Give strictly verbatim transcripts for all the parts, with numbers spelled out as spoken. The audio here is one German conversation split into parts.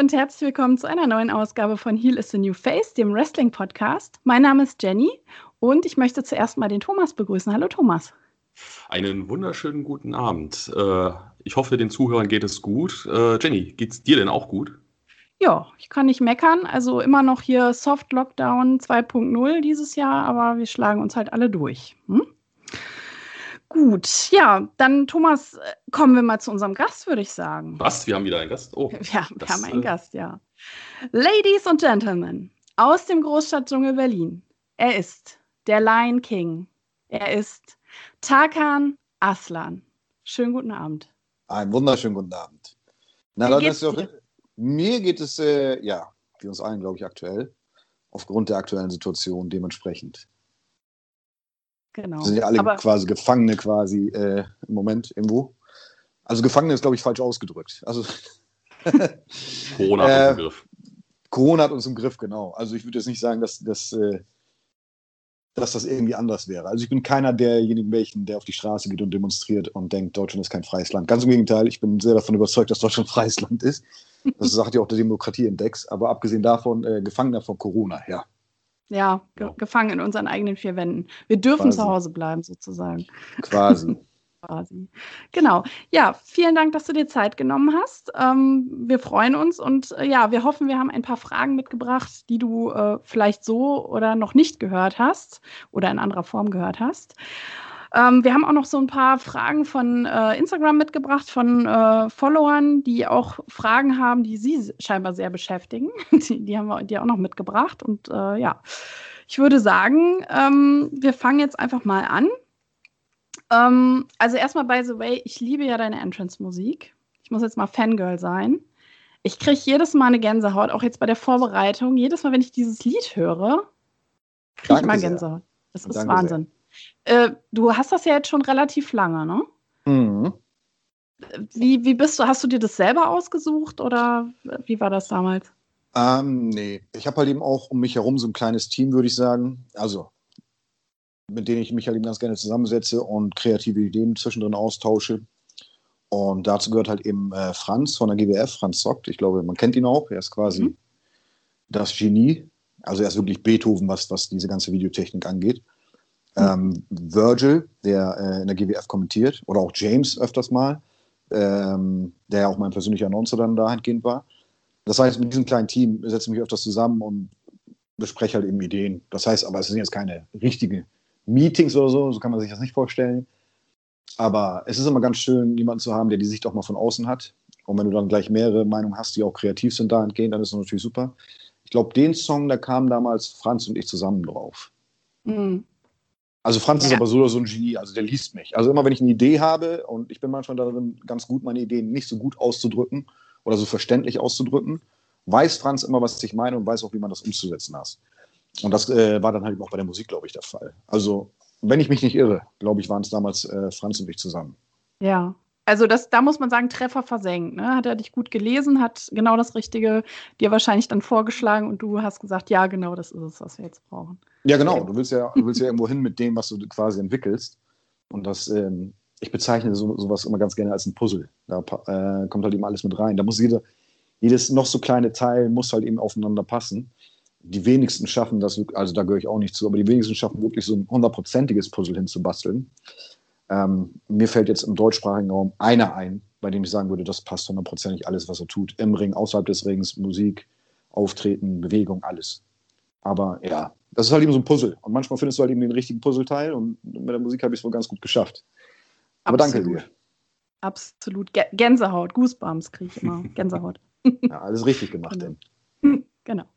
und herzlich willkommen zu einer neuen Ausgabe von Heel is the New Face, dem Wrestling-Podcast. Mein Name ist Jenny und ich möchte zuerst mal den Thomas begrüßen. Hallo Thomas. Einen wunderschönen guten Abend. Äh, ich hoffe, den Zuhörern geht es gut. Äh, Jenny, geht's dir denn auch gut? Ja, ich kann nicht meckern. Also immer noch hier Soft Lockdown zwei Punkt null dieses Jahr, aber wir schlagen uns halt alle durch. Hm? Gut, ja, dann Thomas, kommen wir mal zu unserem Gast, würde ich sagen. Was? Wir haben wieder einen Gast? Oh, ja, wir das, haben einen äh... Gast, ja. Ladies und Gentlemen, aus dem Großstadtdschungel Berlin. Er ist der Lion King. Er ist Tarkan Aslan. Schönen guten Abend. Einen wunderschönen guten Abend. Na, dann ist auch, mir geht es, äh, ja, wie uns allen, glaube ich, aktuell, aufgrund der aktuellen Situation dementsprechend. Genau. Wir sind ja alle Aber quasi Gefangene quasi äh, im Moment irgendwo. Also Gefangene ist, glaube ich, falsch ausgedrückt. Also Corona hat uns im Griff. Corona hat uns im Griff, genau. Also ich würde jetzt nicht sagen, dass, dass, äh, dass das irgendwie anders wäre. Also ich bin keiner derjenigen, welchen, der auf die Straße geht und demonstriert und denkt, Deutschland ist kein freies Land. Ganz im Gegenteil, ich bin sehr davon überzeugt, dass Deutschland ein freies Land ist. Das sagt ja auch der Demokratieindex. Aber abgesehen davon, äh, Gefangener von Corona, ja. Ja, ge- gefangen in unseren eigenen vier Wänden. Wir dürfen Quasi. zu Hause bleiben, sozusagen. Quasi. Quasi. Genau. Ja, vielen Dank, dass du dir Zeit genommen hast. Ähm, wir freuen uns und äh, ja, wir hoffen, wir haben ein paar Fragen mitgebracht, die du äh, vielleicht so oder noch nicht gehört hast oder in anderer Form gehört hast. Ähm, wir haben auch noch so ein paar Fragen von äh, Instagram mitgebracht, von äh, Followern, die auch Fragen haben, die sie scheinbar sehr beschäftigen. Die, die haben wir dir auch noch mitgebracht. Und äh, ja, ich würde sagen, ähm, wir fangen jetzt einfach mal an. Ähm, also erstmal, by the way, ich liebe ja deine Entrance-Musik. Ich muss jetzt mal Fangirl sein. Ich kriege jedes Mal eine Gänsehaut, auch jetzt bei der Vorbereitung. Jedes Mal, wenn ich dieses Lied höre, kriege ich immer Gänsehaut. Das ist Danke Wahnsinn. Äh, du hast das ja jetzt schon relativ lange, ne? Mhm. Wie, wie bist du, hast du dir das selber ausgesucht oder wie war das damals? Ähm, nee, ich habe halt eben auch um mich herum so ein kleines Team, würde ich sagen. Also, mit denen ich mich halt eben ganz gerne zusammensetze und kreative Ideen zwischendrin austausche. Und dazu gehört halt eben äh, Franz von der G W F, Franz Zockt. Ich glaube, man kennt ihn auch. Er ist quasi mhm. das Genie. Also er ist wirklich Beethoven, was, was diese ganze Videotechnik angeht. Mhm. Ähm, Virgil, der äh, in der G W F kommentiert. Oder auch James öfters mal. Ähm, der ja auch mein persönlicher Announcer dann dahingehend war. Das heißt, mit diesem kleinen Team setze ich mich öfters zusammen und bespreche halt eben Ideen. Das heißt aber, es sind jetzt keine richtigen Meetings oder so, so kann man sich das nicht vorstellen. Aber es ist immer ganz schön, jemanden zu haben, der die Sicht auch mal von außen hat. Und wenn du dann gleich mehrere Meinungen hast, die auch kreativ sind dahingehend, dann ist das natürlich super. Ich glaube, den Song, da kamen damals Franz und ich zusammen drauf. Mhm. Also Franz ja. ist aber so oder so ein Genie, also der liest mich. Also immer, wenn ich eine Idee habe, und ich bin manchmal darin ganz gut, meine Ideen nicht so gut auszudrücken oder so verständlich auszudrücken, weiß Franz immer, was ich meine und weiß auch, wie man das umzusetzen hat. Und das äh, war dann halt auch bei der Musik, glaube ich, der Fall. Also, wenn ich mich nicht irre, glaube ich, waren es damals äh, Franz und ich zusammen. Ja, also das, da muss man sagen, Treffer versenkt. Ne? Hat er dich gut gelesen, hat genau das Richtige dir wahrscheinlich dann vorgeschlagen und du hast gesagt, ja, genau, das ist es, was wir jetzt brauchen. Ja, genau. Du willst ja, du willst ja irgendwo hin mit dem, was du quasi entwickelst. Und das, ähm, ich bezeichne so, sowas immer ganz gerne als ein Puzzle. Da äh, kommt halt eben alles mit rein. Da muss jeder, jedes noch so kleine Teil muss halt eben aufeinander passen. Die wenigsten schaffen das, also da gehöre ich auch nicht zu, aber die wenigsten schaffen wirklich so ein hundertprozentiges Puzzle hinzubasteln. Ähm, mir fällt jetzt im deutschsprachigen Raum einer ein, bei dem ich sagen würde, das passt hundertprozentig alles, was er tut. Im Ring, außerhalb des Rings, Musik, Auftreten, Bewegung, alles. Aber ja, das ist halt eben so ein Puzzle. Und manchmal findest du halt eben den richtigen Puzzleteil und mit der Musik habe ich es wohl ganz gut geschafft. Aber Absolut. Danke dir. Absolut. G- Gänsehaut, Goosebumps kriege ich immer. Gänsehaut. Ja, alles richtig gemacht, genau. denn. Genau.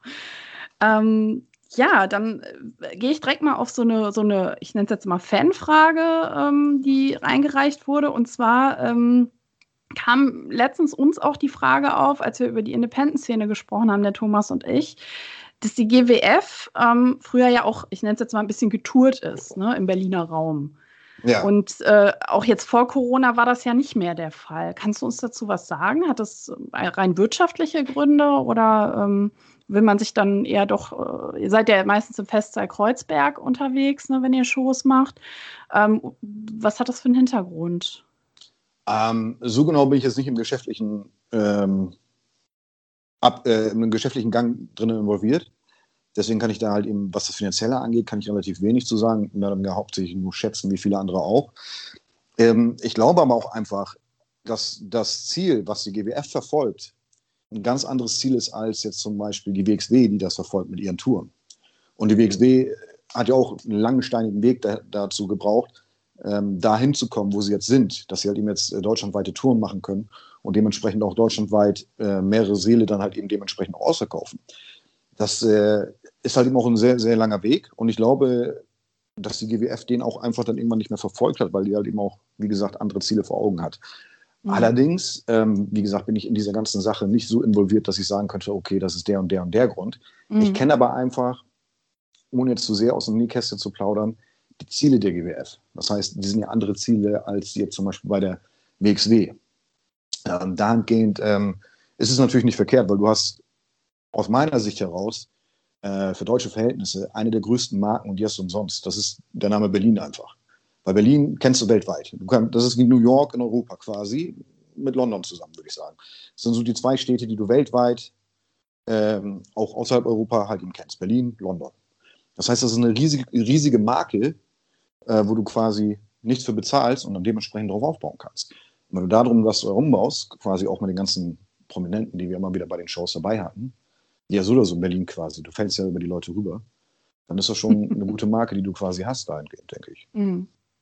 Ähm, ja, dann äh, gehe ich direkt mal auf so eine, so eine, ich nenne es jetzt mal Fanfrage, ähm, die reingereicht wurde. Und zwar ähm, kam letztens uns auch die Frage auf, als wir über die Independent-Szene gesprochen haben, der Thomas und ich, dass die G W F ähm, früher ja auch, ich nenne es jetzt mal ein bisschen getourt ist, ne, im Berliner Raum. Ja. Und äh, auch jetzt vor Corona war das ja nicht mehr der Fall. Kannst du uns dazu was sagen? Hat das rein wirtschaftliche Gründe oder ähm, will man sich dann eher doch, äh, ihr seid ja meistens im Festsaal Kreuzberg unterwegs, ne, wenn ihr Shows macht. Ähm, was hat das für einen Hintergrund? Ähm, so genau bin ich jetzt nicht im geschäftlichen ähm, ab, äh, in einem geschäftlichen Gang drin involviert. Deswegen kann ich da halt eben, was das Finanzielle angeht, kann ich relativ wenig zu sagen. Mehr oder weniger hauptsächlich nur schätzen, wie viele andere auch. Ähm, ich glaube aber auch einfach, dass das Ziel, was die G W F verfolgt, ein ganz anderes Ziel ist als jetzt zum Beispiel die W X W, die das verfolgt mit ihren Touren. Und die W X W hat ja auch einen langen, steinigen Weg da, dazu gebraucht, ähm, dahin zu kommen, wo sie jetzt sind, dass sie halt eben jetzt äh, deutschlandweite Touren machen können und dementsprechend auch deutschlandweit äh, mehrere Säle dann halt eben dementsprechend auch ausverkaufen. Das äh, ist halt eben auch ein sehr, sehr langer Weg und ich glaube, dass die G W F den auch einfach dann irgendwann nicht mehr verfolgt hat, weil die halt eben auch, wie gesagt, andere Ziele vor Augen hat. Mhm. Allerdings, ähm, wie gesagt, bin ich in dieser ganzen Sache nicht so involviert, dass ich sagen könnte, okay, das ist der und der und der Grund. Mhm. Ich kenne aber einfach, ohne jetzt zu sehr aus dem Nähkästchen zu plaudern, die Ziele der G W F. Das heißt, die sind ja andere Ziele als jetzt zum Beispiel bei der W X W. Ähm, dahingehend ähm, ist es natürlich nicht verkehrt, weil du hast aus meiner Sicht heraus äh, für deutsche Verhältnisse eine der größten Marken und die hast du umsonst. Das ist der Name Berlin einfach. Weil Berlin kennst du weltweit. Du kann, das ist wie New York in Europa quasi, mit London zusammen, würde ich sagen. Das sind so die zwei Städte, die du weltweit, ähm, auch außerhalb Europa halt eben kennst. Berlin, London. Das heißt, das ist eine riesige, riesige Marke, äh, wo du quasi nichts für bezahlst und dann dementsprechend drauf aufbauen kannst. Und wenn du darum was herumbaust, quasi auch mit den ganzen Prominenten, die wir immer wieder bei den Shows dabei hatten, die ja so oder so in Berlin quasi, du fällst ja über die Leute rüber, dann ist das schon eine gute Marke, die du quasi hast dahingehend, denke ich. Mhm.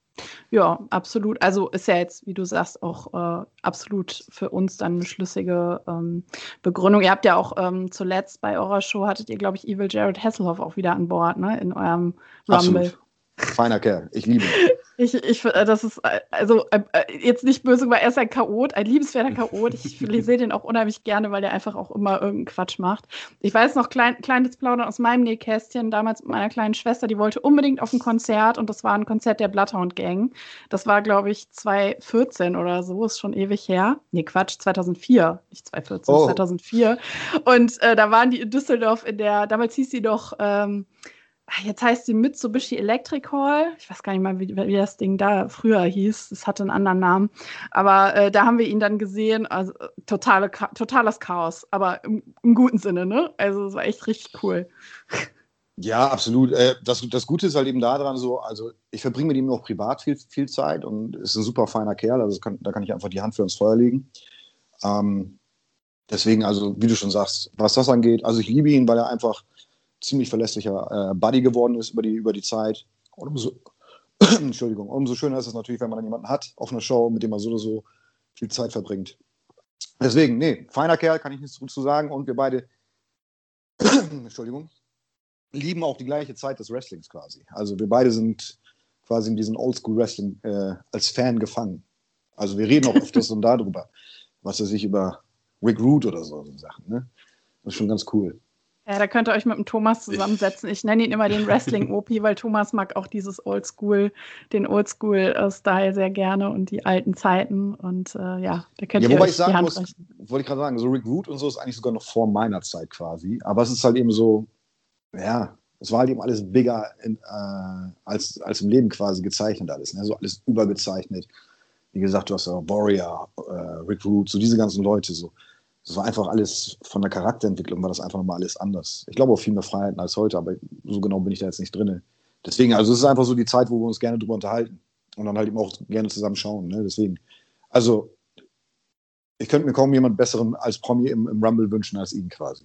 Ja, absolut. Also ist ja jetzt, wie du sagst, auch äh, absolut für uns dann eine schlüssige ähm, Begründung. Ihr habt ja auch ähm, zuletzt bei eurer Show, hattet ihr, glaube ich, Evil Jared Hasselhoff auch wieder an Bord, ne? In eurem Rumble. Absolut. Feiner Kerl, ich liebe ihn. Ich, ich, das ist, also jetzt nicht böse, weil er ist ein Chaot, ein liebenswerter Chaot. Ich sehe den auch unheimlich gerne, weil der einfach auch immer irgendeinen Quatsch macht. Ich weiß noch, klein, kleines Plaudern aus meinem Nähkästchen, damals mit meiner kleinen Schwester, die wollte unbedingt auf ein Konzert und das war ein Konzert der Bloodhound Gang. Das war, glaube ich, zwanzig vierzehn oder so, ist schon ewig her. Nee, Quatsch, zweitausendvier, nicht zwanzig vierzehn, oh. zweitausendvier. Und äh, da waren die in Düsseldorf in der, damals hieß sie doch, ähm, jetzt heißt sie Mitsubishi Electric Hall. Ich weiß gar nicht mal, wie, wie das Ding da früher hieß. Es hatte einen anderen Namen. Aber äh, da haben wir ihn dann gesehen. Also totale, totales Chaos, aber im, im guten Sinne, ne? Also es war echt richtig cool. Ja, absolut. Äh, das, das Gute ist halt eben daran so, also ich verbringe mit ihm auch privat viel, viel Zeit und ist ein super feiner Kerl. Also kann, da kann ich einfach die Hand für ins Feuer legen. Ähm, deswegen, also wie du schon sagst, was das angeht, also ich liebe ihn, weil er einfach ziemlich verlässlicher äh, Buddy geworden ist über die, über die Zeit. Und umso, Entschuldigung, umso schöner ist es natürlich, wenn man dann jemanden hat auf einer Show, mit dem man so oder so viel Zeit verbringt. Deswegen, nee, feiner Kerl, kann ich nichts zu sagen. Und wir beide, Entschuldigung, lieben auch die gleiche Zeit des Wrestlings quasi. Also wir beide sind quasi in diesem Oldschool-Wrestling äh, als Fan gefangen. Also wir reden auch öfters und darüber, was er sich über Rick Rude oder so, so Sachen. Ne? Das ist schon ganz cool. Ja, da könnt ihr euch mit dem Thomas zusammensetzen. Ich nenne ihn immer den Wrestling-O P, weil Thomas mag auch dieses Oldschool, den Oldschool-Style sehr gerne und die alten Zeiten. Und äh, ja, da könnt ja, ihr wobei euch ich sagen die Hand muss, reichen. wollte ich gerade sagen, so Rick Rude und so ist eigentlich sogar noch vor meiner Zeit quasi. Aber es ist halt eben so, ja, es war halt eben alles bigger in, äh, als, als im Leben quasi gezeichnet alles. Ne? So alles übergezeichnet. Wie gesagt, du hast ja Warrior, äh, Rick Rude, so diese ganzen Leute so. Das war einfach alles, von der Charakterentwicklung war das einfach nochmal alles anders. Ich glaube auch viel mehr Freiheiten als heute, aber so genau bin ich da jetzt nicht drin. Deswegen, also es ist einfach so die Zeit, wo wir uns gerne drüber unterhalten und dann halt eben auch gerne zusammen schauen. Ne? Deswegen, also ich könnte mir kaum jemand Besseren als Promi im, im Rumble wünschen als ihn quasi.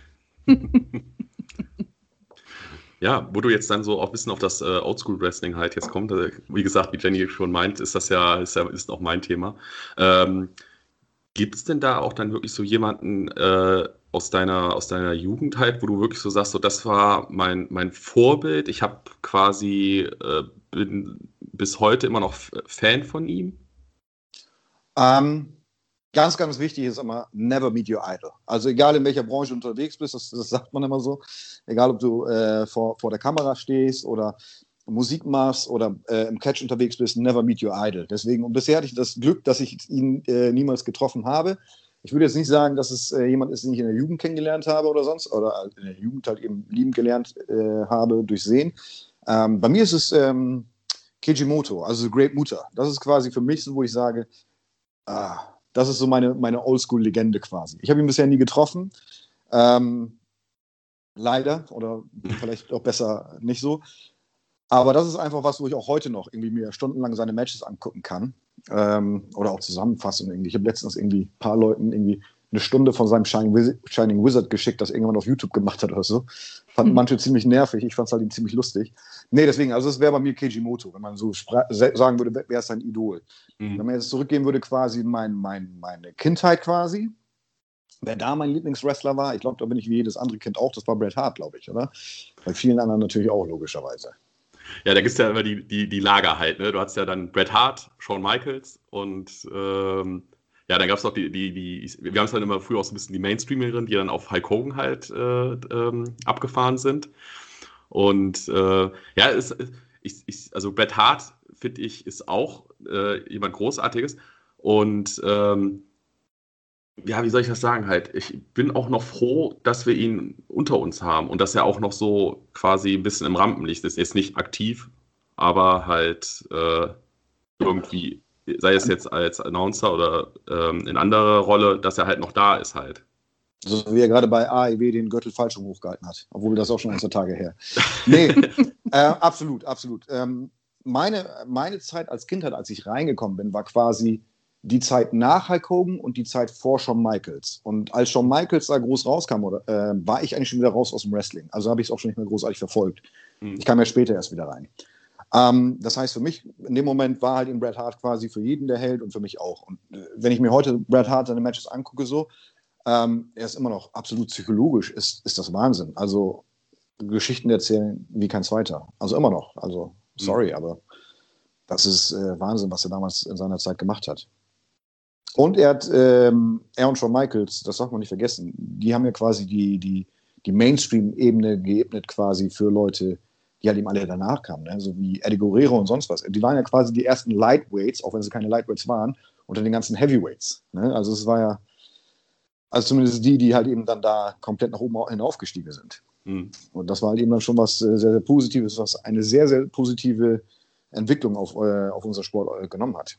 Ja, wo du jetzt dann so auch ein bisschen auf das äh, Oldschool-Wrestling halt jetzt kommt, äh, wie gesagt, wie Jenny schon meint, ist das ja, ist ja ist auch mein Thema. Ähm, Gibt es denn da auch dann wirklich so jemanden äh, aus deiner, aus deiner Jugend halt, wo du wirklich so sagst, so das war mein, mein Vorbild, ich habe quasi, äh, bin bis heute immer noch Fan von ihm? Ähm, ganz, ganz wichtig ist immer, never meet your idol. Also egal in welcher Branche du unterwegs bist, das, das sagt man immer so, egal ob du äh, vor, vor der Kamera stehst oder Musik machst oder äh, im Catch unterwegs bist, never meet your idol. Deswegen, und bisher hatte ich das Glück, dass ich ihn äh, niemals getroffen habe. Ich würde jetzt nicht sagen, dass es äh, jemand ist, den ich in der Jugend kennengelernt habe oder sonst, oder in der Jugend halt eben liebend gelernt äh, habe durch Sehen. Ähm, bei mir ist es ähm, Kejimoto, also Great Muta. Das ist quasi für mich so, wo ich sage, ah, das ist so meine, meine Oldschool-Legende quasi. Ich habe ihn bisher nie getroffen. Ähm, leider, oder vielleicht auch besser nicht so. Aber das ist einfach was, wo ich auch heute noch irgendwie mir stundenlang seine Matches angucken kann. Ähm, oder auch Zusammenfassungen irgendwie. Ich habe letztens irgendwie ein paar Leuten irgendwie eine Stunde von seinem Shining Wizard, Shining Wizard geschickt, das irgendwann auf YouTube gemacht hat oder so. Fanden manche ziemlich nervig, ich fand es halt ziemlich lustig. Nee, deswegen, also es wäre bei mir Keijimoto, wenn man so sagen würde, wer ist sein Idol. Mhm. Wenn man jetzt zurückgehen würde, quasi mein, mein, meine Kindheit quasi, wer da mein Lieblingswrestler war, ich glaube, da bin ich wie jedes andere Kind auch, das war Bret Hart, glaube ich, oder? Bei vielen anderen natürlich auch, logischerweise. Ja, da gibt es ja immer die, die, die Lager halt, ne? Du hast ja dann Bret Hart, Shawn Michaels und ähm, ja, dann gab es auch die, die, die, wir haben es dann immer früher auch so ein bisschen die Mainstreamerin, die dann auf Hulk Hogan halt äh, ähm, abgefahren sind. Und äh, ja, es, ich, ich, also Bret Hart, finde ich, ist auch äh, jemand Großartiges. Und ähm, ja, wie soll ich das sagen halt? Ich bin auch noch froh, dass wir ihn unter uns haben und dass er auch noch so quasi ein bisschen im Rampenlicht ist. Er ist nicht aktiv, aber halt äh, irgendwie, sei es jetzt als Announcer oder ähm, in anderer Rolle, dass er halt noch da ist halt. So wie er gerade bei A E W den Gürtel falsch hochgehalten hat, obwohl das auch schon ein, zwei Tage her. Nee, äh, absolut, absolut. Ähm, meine, meine Zeit als Kind, als ich reingekommen bin, war quasi die Zeit nach Hulk Hogan und die Zeit vor Shawn Michaels. Und als Shawn Michaels da groß rauskam, oder, äh, war ich eigentlich schon wieder raus aus dem Wrestling. Also habe ich es auch schon nicht mehr großartig verfolgt. Mhm. Ich kam ja später erst wieder rein. Ähm, das heißt, für mich in dem Moment war halt eben Bret Hart quasi für jeden der Held und für mich auch. Und äh, wenn ich mir heute Bret Hart seine Matches angucke, so, ähm, er ist immer noch absolut psychologisch, ist, ist das Wahnsinn. Also Geschichten erzählen wie kein zweiter. Also immer noch. Also sorry, mhm. aber das ist äh, Wahnsinn, was er damals in seiner Zeit gemacht hat. Und er hat, ähm, er und Shawn Michaels, das darf man nicht vergessen, die haben ja quasi die, die, die Mainstream-Ebene geebnet quasi für Leute, die halt eben alle danach kamen, ne? So wie Eddie Guerrero und sonst was. Die waren ja quasi die ersten Lightweights, auch wenn sie keine Lightweights waren, unter den ganzen Heavyweights. Ne? Also es war ja, also zumindest die, die halt eben dann da komplett nach oben hinaufgestiegen sind. Mhm. Und das war halt eben dann schon was sehr, sehr Positives, was eine sehr, sehr positive Entwicklung auf, äh, auf unser Sport äh, genommen hat.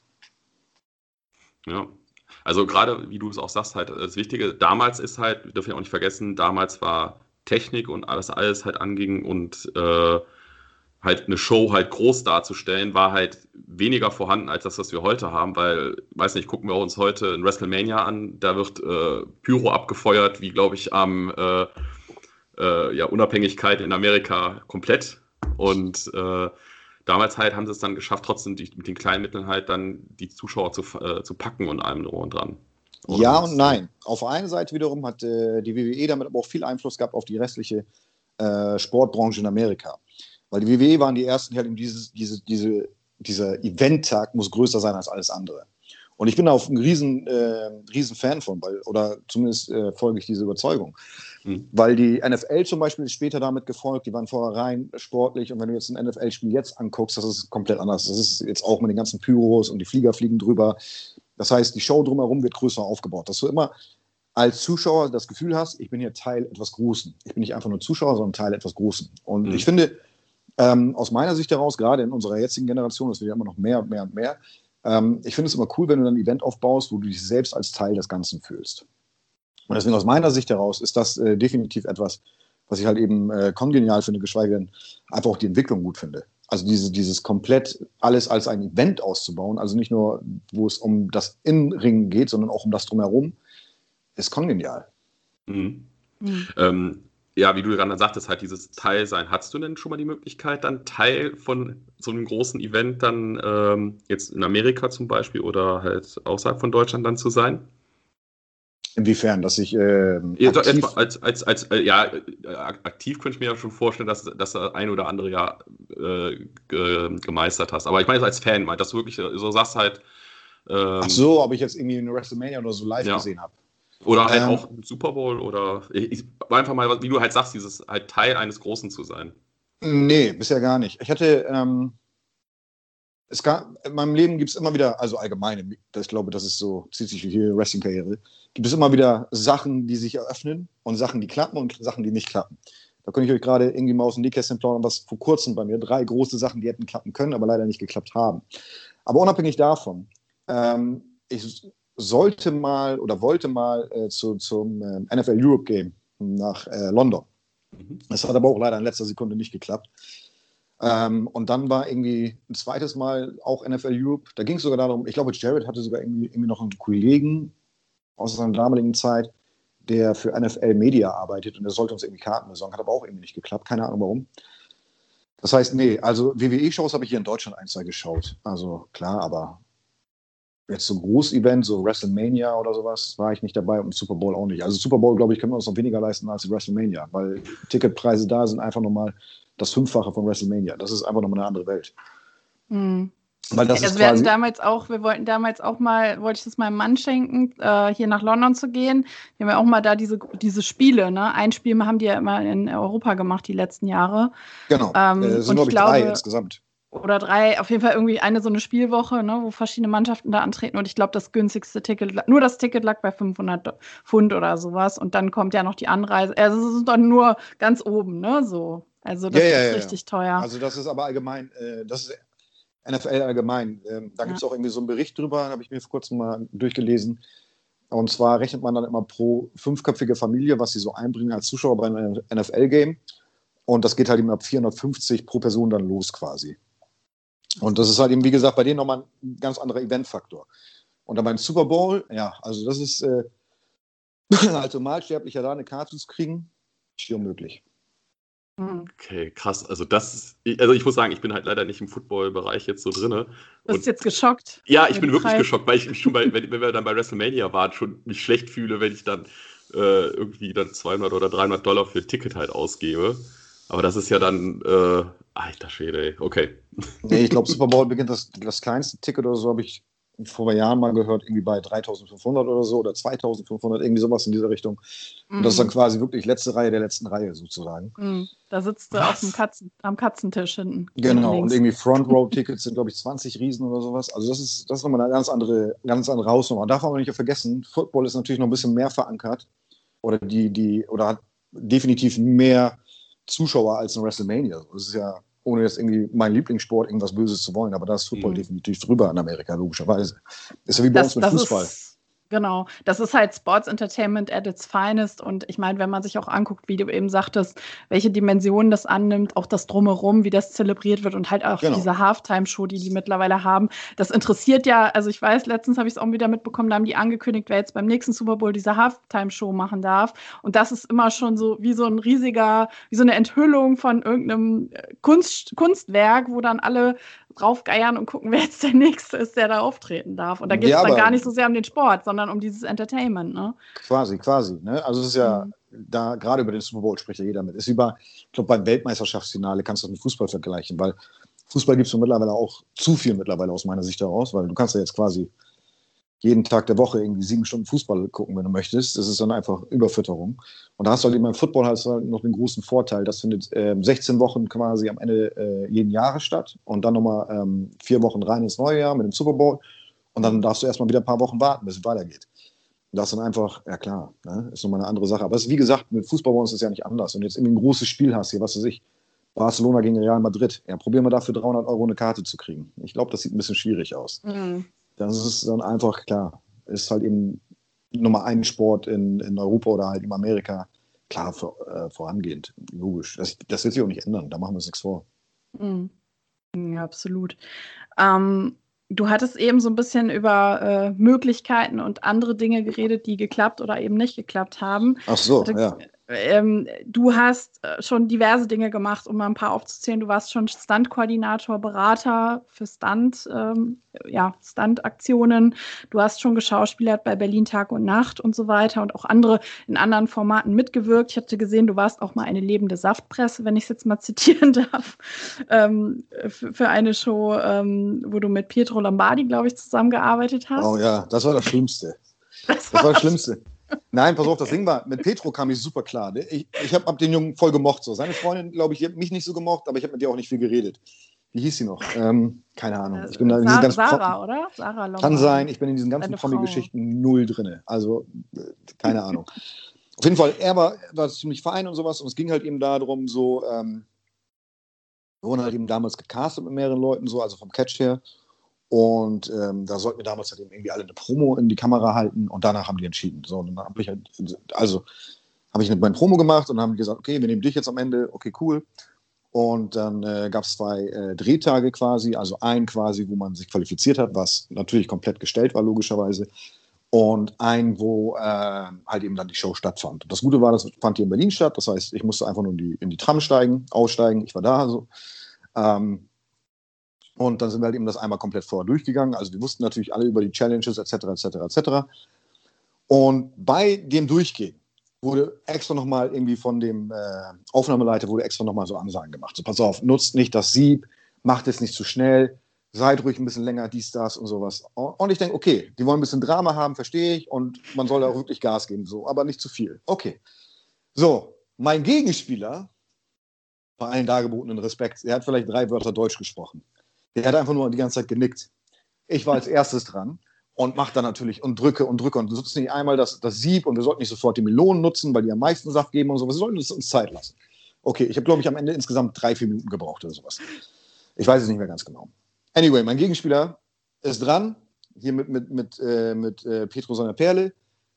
Ja, also gerade, wie du es auch sagst, halt das Wichtige, damals ist halt, wir dürfen ja auch nicht vergessen, damals war Technik und alles, alles halt anging und äh, halt eine Show halt groß darzustellen, war halt weniger vorhanden als das, was wir heute haben, weil, weiß nicht, gucken wir uns heute in WrestleMania an, da wird äh, Pyro abgefeuert, wie glaube ich am äh, äh, ja, Unabhängigkeit in Amerika komplett und äh, damals halt haben sie es dann geschafft, trotzdem die, mit den kleinen Mitteln halt dann die Zuschauer zu, äh, zu packen und allem drum und dran. Oder ja und nein. Auf der einen Seite wiederum hat äh, die W W E damit aber auch viel Einfluss gehabt auf die restliche äh, Sportbranche in Amerika. Weil die W W E waren die ersten, die halt eben dieses, diese, diese, dieser Event-Tag muss größer sein als alles andere. Und ich bin da auch ein riesen, äh, riesen Fan von, weil, oder zumindest äh, folge ich dieser Überzeugung. Mhm. Weil die N F L zum Beispiel ist später damit gefolgt, die waren vorher rein sportlich und wenn du jetzt ein N F L-Spiel jetzt anguckst, das ist komplett anders. Das ist jetzt auch mit den ganzen Pyros und die Flieger fliegen drüber. Das heißt, die Show drumherum wird größer aufgebaut. Dass du immer als Zuschauer das Gefühl hast, ich bin hier Teil etwas Großen. Ich bin nicht einfach nur Zuschauer, sondern Teil etwas Großen. Und mhm. ich finde, ähm, aus meiner Sicht heraus, gerade in unserer jetzigen Generation, das wird ja immer noch mehr und mehr und mehr, ähm, ich finde es immer cool, wenn du dann ein Event aufbaust, wo du dich selbst als Teil des Ganzen fühlst. Und deswegen aus meiner Sicht heraus ist das äh, definitiv etwas, was ich halt eben äh, kongenial finde, geschweige denn einfach auch die Entwicklung gut finde. Also diese, dieses komplett alles als ein Event auszubauen, also nicht nur, wo es um das Innenring geht, sondern auch um das Drumherum, ist kongenial. Mhm. Mhm. Ähm, ja, wie du gerade sagtest, halt dieses Teil sein. Hattest du denn schon mal die Möglichkeit, dann Teil von so einem großen Event dann ähm, jetzt in Amerika zum Beispiel oder halt außerhalb von Deutschland dann zu sein? Inwiefern, dass ich äh, ja, aktiv... Als, als, als, äh, ja, aktiv könnte ich mir ja schon vorstellen, dass, dass du ein oder andere Jahr äh, ge, gemeistert hast. Aber ich meine als Fan, dass du wirklich so sagst halt... Ähm, Ach so, ob ich jetzt irgendwie eine WrestleMania oder so live ja. gesehen habe. Oder halt ähm, auch im Super Bowl oder... Ich, ich, einfach mal, wie du halt sagst, dieses halt Teil eines Großen zu sein. Nee, bisher gar nicht. Ich hatte... Ähm, Es gab, in meinem Leben gibt es immer wieder, also allgemein, ich glaube, das ist so, zieht sich wie die Wrestling-Karriere, gibt es immer wieder Sachen, die sich eröffnen und Sachen, die klappen und Sachen, die nicht klappen. Da könnte ich euch gerade irgendwie mal aus dem Nähkästchen plaudern, was vor kurzem bei mir, drei große Sachen, die hätten klappen können, aber leider nicht geklappt haben. Aber unabhängig davon, ähm, ich sollte mal oder wollte mal äh, zu, zum äh, N F L Europe Game nach äh, London. Mhm. Das hat aber auch leider in letzter Sekunde nicht geklappt. Ähm, und dann war irgendwie ein zweites Mal auch N F L Europe. Da ging es sogar darum, ich glaube, Jared hatte sogar irgendwie, irgendwie noch einen Kollegen aus seiner damaligen Zeit, der für N F L Media arbeitet und der sollte uns irgendwie Karten besorgen. Hat aber auch irgendwie nicht geklappt, keine Ahnung warum. Das heißt, nee, also W W E-Shows habe ich hier in Deutschland ein, zwei geschaut. Also klar, aber jetzt so Groß-Event, so WrestleMania oder sowas, war ich nicht dabei und Super Bowl auch nicht. Also Super Bowl, glaube ich, können wir uns noch weniger leisten als WrestleMania, weil Ticketpreise da sind einfach nochmal das Fünffache von WrestleMania. Das ist einfach nochmal eine andere Welt. Mhm. Weil das also ist wir hatten quasi, damals auch, wir wollten damals auch mal, wollte ich das meinem Mann schenken, äh, hier nach London zu gehen. Wir haben ja auch mal da diese, diese Spiele, ne? Ein Spiel haben die ja immer in Europa gemacht, die letzten Jahre. genau, Ähm, äh, sind und glaube ich ich drei glaube, insgesamt. oder drei, auf jeden Fall irgendwie eine so eine Spielwoche, ne, wo verschiedene Mannschaften da antreten. Und ich glaube, das günstigste Ticket, nur das Ticket lag bei fünfhundert Pfund oder sowas. Und dann kommt ja noch die Anreise. Also es ist dann nur ganz oben, ne, so. Also das Ja, ja, ist ja, ja. richtig teuer. Also das ist aber allgemein, äh, das ist N F L allgemein. Ähm, da Ja. gibt es auch irgendwie so einen Bericht drüber, habe ich mir vor kurzem mal durchgelesen. Und zwar rechnet man dann immer pro fünfköpfige Familie, was sie so einbringen als Zuschauer bei einem N F L-Game. Und das geht halt eben ab vierhundertfünfzig pro Person dann los quasi. Und das ist halt eben, wie gesagt, bei denen nochmal ein ganz anderer Eventfaktor. Und dann beim Super Bowl, ja, also das ist äh, als Normalsterblicher da eine Karte zu kriegen, schier unmöglich. Mhm. Okay, krass. Also das, also ich muss sagen, ich bin halt leider nicht im Football-Bereich jetzt so drinne. Bist Und jetzt geschockt? ja, ich über bin die wirklich Preise? geschockt, weil ich mich schon bei, wenn, wenn wir dann bei WrestleMania waren, schon mich schlecht fühle, wenn ich dann äh, irgendwie dann zweihundert oder dreihundert Dollar für ein Ticket halt ausgebe. Aber das ist ja dann, äh, alter Schwede, ey. Okay. Nee, ich glaube, Super Bowl beginnt das, das kleinste Ticket oder so, habe ich vor Jahren mal gehört, irgendwie bei dreitausendfünfhundert oder so oder zweitausendfünfhundert, irgendwie sowas in dieser Richtung. Und das ist dann Mhm. quasi wirklich letzte Reihe der letzten Reihe sozusagen. Mhm. Da sitzt du Was? auf dem Katzen, am Katzentisch hinten. Genau, hinten und links. irgendwie Front-Row-Tickets sind, glaube ich, zwanzig Riesen oder sowas. Also das ist, das ist nochmal eine ganz andere, ganz andere Hausnummer. Und darf man nicht vergessen, Football ist natürlich noch ein bisschen mehr verankert oder die, die, oder hat definitiv mehr Zuschauer als ein WrestleMania. Das ist ja, ohne jetzt irgendwie mein Lieblingssport irgendwas Böses zu wollen, aber da ist Football Mhm. definitiv drüber in Amerika, logischerweise. Ist ja wie bei Das, uns mit das Fußball. ist, genau, das ist halt Sports Entertainment at its finest. Und ich meine, wenn man sich auch anguckt, wie du eben sagtest, welche Dimensionen das annimmt, auch das Drumherum, wie das zelebriert wird und halt auch Genau. diese Halftime-Show, die die mittlerweile haben, das interessiert ja, also ich weiß, letztens habe ich es auch wieder mitbekommen, da haben die angekündigt, wer jetzt beim nächsten Super Bowl diese Halftime-Show machen darf. Und das ist immer schon so wie so ein riesiger, wie so eine Enthüllung von irgendeinem Kunst, Kunstwerk, wo dann alle draufgeiern und gucken, wer jetzt der Nächste ist, der da auftreten darf. Und da geht es Ja, dann aber gar nicht so sehr um den Sport, sondern um dieses Entertainment, ne? quasi, quasi. Ne? Also es ist ja, Mhm. da gerade über den Super Bowl spricht ja jeder mit. Ist wie bei, ich glaube, beim Weltmeisterschaftsfinale kannst du das mit Fußball vergleichen, weil Fußball gibt es mittlerweile auch zu viel mittlerweile aus meiner Sicht heraus, weil du kannst ja jetzt quasi jeden Tag der Woche irgendwie sieben Stunden Fußball gucken, wenn du möchtest. Das ist dann einfach Überfütterung. Und da hast du halt eben beim Football hast du halt noch den großen Vorteil, das findet äh, sechzehn Wochen quasi am Ende äh, jeden Jahres statt und dann nochmal ähm, vier Wochen rein ins neue Jahr mit dem Super Bowl und dann darfst du erstmal wieder ein paar Wochen warten, bis es weitergeht. Und das ist dann einfach, ja klar, ne, ist nochmal eine andere Sache. Aber es ist, wie gesagt, mit Fußball bei uns ist es ja nicht anders. Und jetzt irgendwie ein großes Spiel hast hier, was weiß ich, Barcelona gegen Real Madrid. Ja, probieren wir dafür dreihundert Euro eine Karte zu kriegen. Ich glaube, das sieht ein bisschen schwierig aus. Mhm. Das ist dann einfach, klar, ist halt eben Nummer ein Sport in, in Europa oder halt in Amerika, klar, vor, äh, vorangehend, logisch. Das, das wird sich auch nicht ändern, da machen wir uns nichts vor. Mhm. Ja, absolut. Ähm, du hattest eben so ein bisschen über äh, Möglichkeiten und andere Dinge geredet, die geklappt oder eben nicht geklappt haben. Ach so, Hatte, ja. ähm, du hast äh, schon diverse Dinge gemacht, um mal ein paar aufzuzählen. Du warst schon Stunt-Koordinator, Berater für Stunt, ähm, ja, Stunt-Aktionen. Du hast schon geschauspielert bei Berlin Tag und Nacht und so weiter und auch andere in anderen Formaten mitgewirkt. Ich hatte gesehen, du warst auch mal eine lebende Saftpresse, wenn ich es jetzt mal zitieren darf, ähm, für, für eine Show, ähm, wo du mit Pietro Lombardi, glaube ich, zusammengearbeitet hast. Oh ja, das war das Schlimmste. Das Das war das Schlimmste. Nein, pass auf, das Ding war, mit Petro kam ich super klar. Ne? Ich, ich habe hab den Jungen voll gemocht. So. Seine Freundin, glaube ich, die hat mich nicht so gemocht, aber ich habe mit ihr auch nicht viel geredet. Wie hieß sie noch? Ähm, keine Ahnung. Ich bin da in diesen Sa ganzen Sarah, Pro- oder? Sarah Lombardi. Kann sein, ich bin in diesen ganzen Seine Frau. Promi-Geschichten null drin. Also, äh, keine Ahnung. Auf jeden Fall, er war, war ziemlich fein und sowas. Und es ging halt eben darum, so, ähm, wir wurden halt eben damals gecastet mit mehreren Leuten, so, also vom Catch her. Und ähm, da sollten wir damals halt eben irgendwie alle eine Promo in die Kamera halten und danach haben die entschieden. So, und dann habe ich halt, also habe ich eine Promo gemacht und haben gesagt, okay, wir nehmen dich jetzt am Ende, okay, cool. Und dann äh, gab es zwei äh, Drehtage quasi, also ein quasi, wo man sich qualifiziert hat, was natürlich komplett gestellt war, logischerweise. Und ein, wo äh, halt eben dann die Show stattfand. Und das Gute war, das fand hier in Berlin statt. Das heißt, ich musste einfach nur in die, in die Tram steigen, aussteigen. Ich war da so. Ähm, und dann sind wir halt eben das einmal komplett vorher durchgegangen. Also wir wussten natürlich alle über die Challenges et cetera et cetera et cetera. Und bei dem Durchgehen wurde extra nochmal irgendwie von dem äh, Aufnahmeleiter wurde extra nochmal so Ansagen gemacht. So, pass auf, nutzt nicht das Sieb, macht es nicht zu schnell, seid ruhig ein bisschen länger, dies, das und sowas. Und ich denke, okay, die wollen ein bisschen Drama haben, verstehe ich, und man soll da wirklich Gas geben, so, aber nicht zu viel. Okay. So, mein Gegenspieler, bei allen dargebotenen Respekt, der hat vielleicht drei Wörter Deutsch gesprochen. Der hat einfach nur die ganze Zeit genickt. Ich war als erstes dran. Und macht dann natürlich und drücke und drücke und du nutzt nicht einmal das, das Sieb und wir sollten nicht sofort die Melonen nutzen, weil die am meisten Saft geben und so. Wir sollten uns, uns Zeit lassen. Okay, ich habe, glaube ich, am Ende insgesamt drei, vier Minuten gebraucht oder sowas. Ich weiß es nicht mehr ganz genau. Anyway, mein Gegenspieler ist dran, hier mit, mit, mit, äh, mit äh, Petro seiner Perle,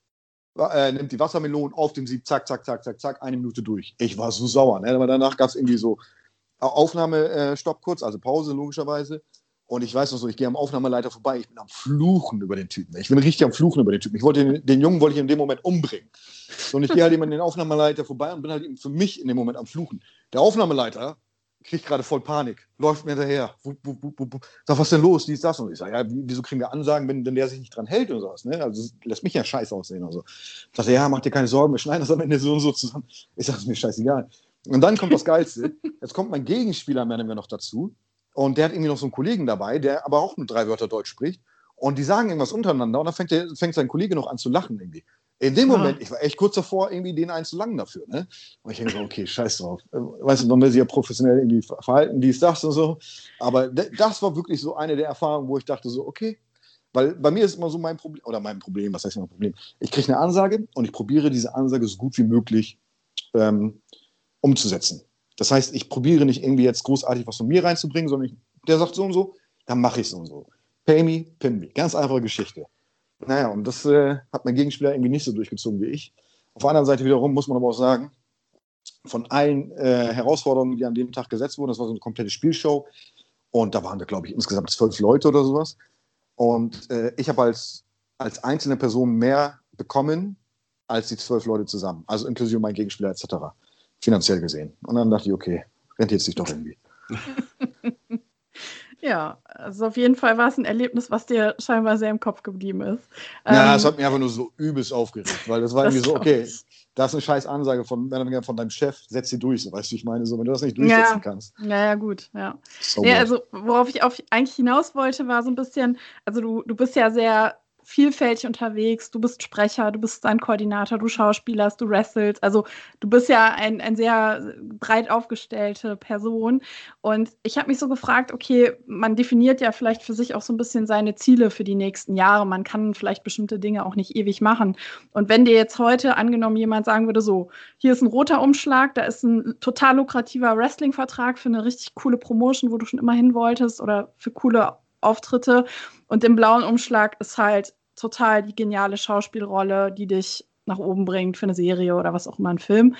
äh, nimmt die Wassermelonen auf dem Sieb, zack, zack, zack, zack, zack, eine Minute durch. Ich war so sauer, ne? Aber danach gab es irgendwie so Aufnahmestopp äh, kurz, also Pause logischerweise. Und ich weiß noch so, ich gehe am Aufnahmeleiter vorbei, ich bin am Fluchen über den Typen. Ich bin richtig am Fluchen über den Typen. Ich wollte den, den Jungen wollte ich in dem Moment umbringen. So, und ich gehe halt eben an den Aufnahmeleiter vorbei und bin halt eben für mich in dem Moment am Fluchen. Der Aufnahmeleiter kriegt gerade voll Panik, läuft mir hinterher. Wupp, wupp, wupp, wupp. Sag, was denn los? Dies, das. Und ich sage, ja, wieso kriegen wir Ansagen, wenn, wenn der sich nicht dran hält und sowas? Ne? Also das lässt mich ja scheiße aussehen. Also. Sagt er, ja, mach dir keine Sorgen, wir schneiden das am Ende so und so zusammen. Ich sage, es ist mir scheißegal. Und dann kommt das Geilste. Jetzt kommt mein Gegenspieler mehr noch dazu. Und der hat irgendwie noch so einen Kollegen dabei, der aber auch nur drei Wörter Deutsch spricht. Und die sagen irgendwas untereinander und dann fängt, der, fängt sein Kollege noch an zu lachen irgendwie. In dem Moment, ah. ich war echt kurz davor, irgendwie den einen zu langen dafür. Ne? Und ich denke so, okay, scheiß drauf. Weißt du, man will sich ja professionell irgendwie verhalten, dies, das und so. Aber das war wirklich so eine der Erfahrungen, wo ich dachte so, okay. Weil bei mir ist immer so mein Problem, oder mein Problem, was heißt mein Problem? Ich kriege eine Ansage und ich probiere diese Ansage so gut wie möglich ähm, umzusetzen. Das heißt, ich probiere nicht irgendwie jetzt großartig was von mir reinzubringen, sondern ich, der sagt so und so, dann mache ich so und so. Pay me, pin me. Ganz einfache Geschichte. Naja, und das äh, hat mein Gegenspieler irgendwie nicht so durchgezogen wie ich. Auf der anderen Seite wiederum muss man aber auch sagen, von allen äh, Herausforderungen, die an dem Tag gesetzt wurden, das war so eine komplette Spielshow und da waren wir, glaube ich, insgesamt zwölf Leute oder sowas. Und äh, ich habe als, als einzelne Person mehr bekommen als die zwölf Leute zusammen. Also inklusive mein Gegenspieler et cetera. Finanziell gesehen. Und dann dachte ich, okay, rentiert sich doch irgendwie. Ja, also auf jeden Fall war es ein Erlebnis, was dir scheinbar sehr im Kopf geblieben ist. Ja, ähm, es hat mich einfach nur so übelst aufgeregt, weil das war das irgendwie so, okay, das ist eine scheiß Ansage von, von deinem Chef, setz sie durch, so, weißt du, ich meine, so, wenn du das nicht durchsetzen ja, kannst. Ja, ja, gut, ja. So nee, also worauf ich auf, eigentlich hinaus wollte, war so ein bisschen, also du, du bist ja sehr vielfältig unterwegs, du bist Sprecher, du bist ein Koordinator, du schauspielerst, du wrestlest, also du bist ja ein, ein sehr breit aufgestellte Person und ich habe mich so gefragt, okay, man definiert ja vielleicht für sich auch so ein bisschen seine Ziele für die nächsten Jahre, man kann vielleicht bestimmte Dinge auch nicht ewig machen und wenn dir jetzt heute angenommen jemand sagen würde, so, hier ist ein roter Umschlag, da ist ein total lukrativer Wrestling-Vertrag für eine richtig coole Promotion, wo du schon immer hin wolltest oder für coole Auftritte und im blauen Umschlag ist halt total die geniale Schauspielrolle, die dich nach oben bringt für eine Serie oder was auch immer, ein Film.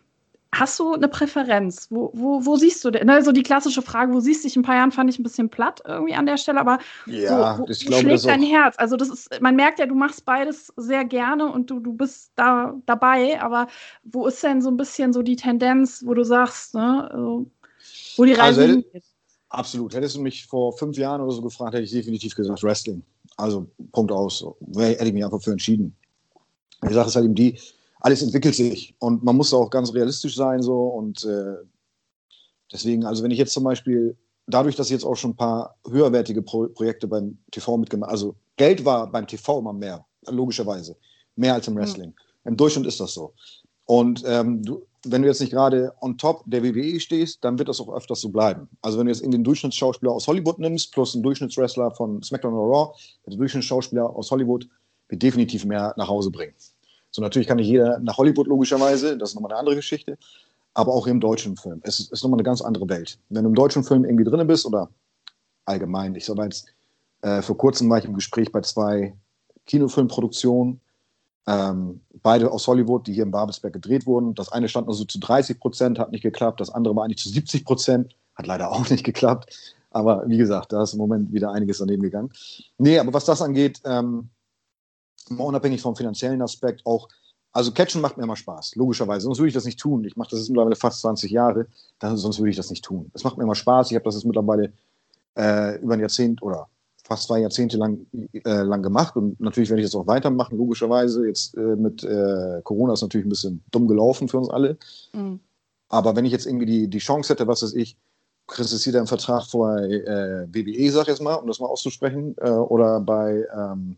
Hast du eine Präferenz? Wo, wo, wo siehst du denn? Also die klassische Frage, wo siehst du dich in ein paar Jahren, fand ich ein bisschen platt irgendwie an der Stelle, aber ja, so, wo, ich wo glaube, schlägt das dein auch Herz? Also das ist, man merkt ja, du machst beides sehr gerne und du, du bist da dabei, aber wo ist denn so ein bisschen so die Tendenz, wo du sagst, ne, also, wo die Reise also, hingeht? Absolut. Hättest du mich vor fünf Jahren oder so gefragt, hätte ich definitiv gesagt Wrestling. Also Punkt aus. So. Hätte ich mich einfach für entschieden. Die Sache ist halt eben die, alles entwickelt sich und man muss auch ganz realistisch sein so und äh, deswegen, also wenn ich jetzt zum Beispiel, dadurch, dass ich jetzt auch schon ein paar höherwertige Pro- Projekte beim T V mitgemacht habe, also Geld war beim T V immer mehr, logischerweise, mehr als im Wrestling. Mhm. Im Durchschnitt ist das so. Und ähm, du, wenn du jetzt nicht gerade on top der W W E stehst, dann wird das auch öfters so bleiben. Also wenn du jetzt irgendwie einen Durchschnittsschauspieler aus Hollywood nimmst, plus einen Durchschnittswrestler von SmackDown oder Raw, der Durchschnittsschauspieler aus Hollywood wird definitiv mehr nach Hause bringen. So, natürlich kann nicht jeder nach Hollywood logischerweise, das ist nochmal eine andere Geschichte, aber auch im deutschen Film. Es ist nochmal eine ganz andere Welt. Wenn du im deutschen Film irgendwie drin bist oder allgemein, ich sag mal jetzt, äh, vor kurzem war ich im Gespräch bei zwei Kinofilmproduktionen Ähm, beide aus Hollywood, die hier in Babelsberg gedreht wurden. Das eine stand nur so zu dreißig Prozent, hat nicht geklappt. Das andere war eigentlich zu siebzig Prozent, hat leider auch nicht geklappt. Aber wie gesagt, da ist im Moment wieder einiges daneben gegangen. Nee, aber was das angeht, ähm, mal unabhängig vom finanziellen Aspekt auch, also Catchen macht mir immer Spaß, logischerweise. Sonst würde ich das nicht tun. Ich mache das jetzt mittlerweile fast zwanzig Jahre, dann, sonst würde ich das nicht tun. Es macht mir immer Spaß. Ich habe das jetzt mittlerweile äh, über ein Jahrzehnt oder fast zwei Jahrzehnte lang, äh, lang gemacht und natürlich werde ich das auch weitermachen, logischerweise. Jetzt äh, mit äh, Corona ist natürlich ein bisschen dumm gelaufen für uns alle. Mhm. Aber wenn ich jetzt irgendwie die, die Chance hätte, was weiß ich, Chris ist hier einen Vertrag bei äh, B B E, sag ich jetzt mal, um das mal auszusprechen, äh, oder bei ähm,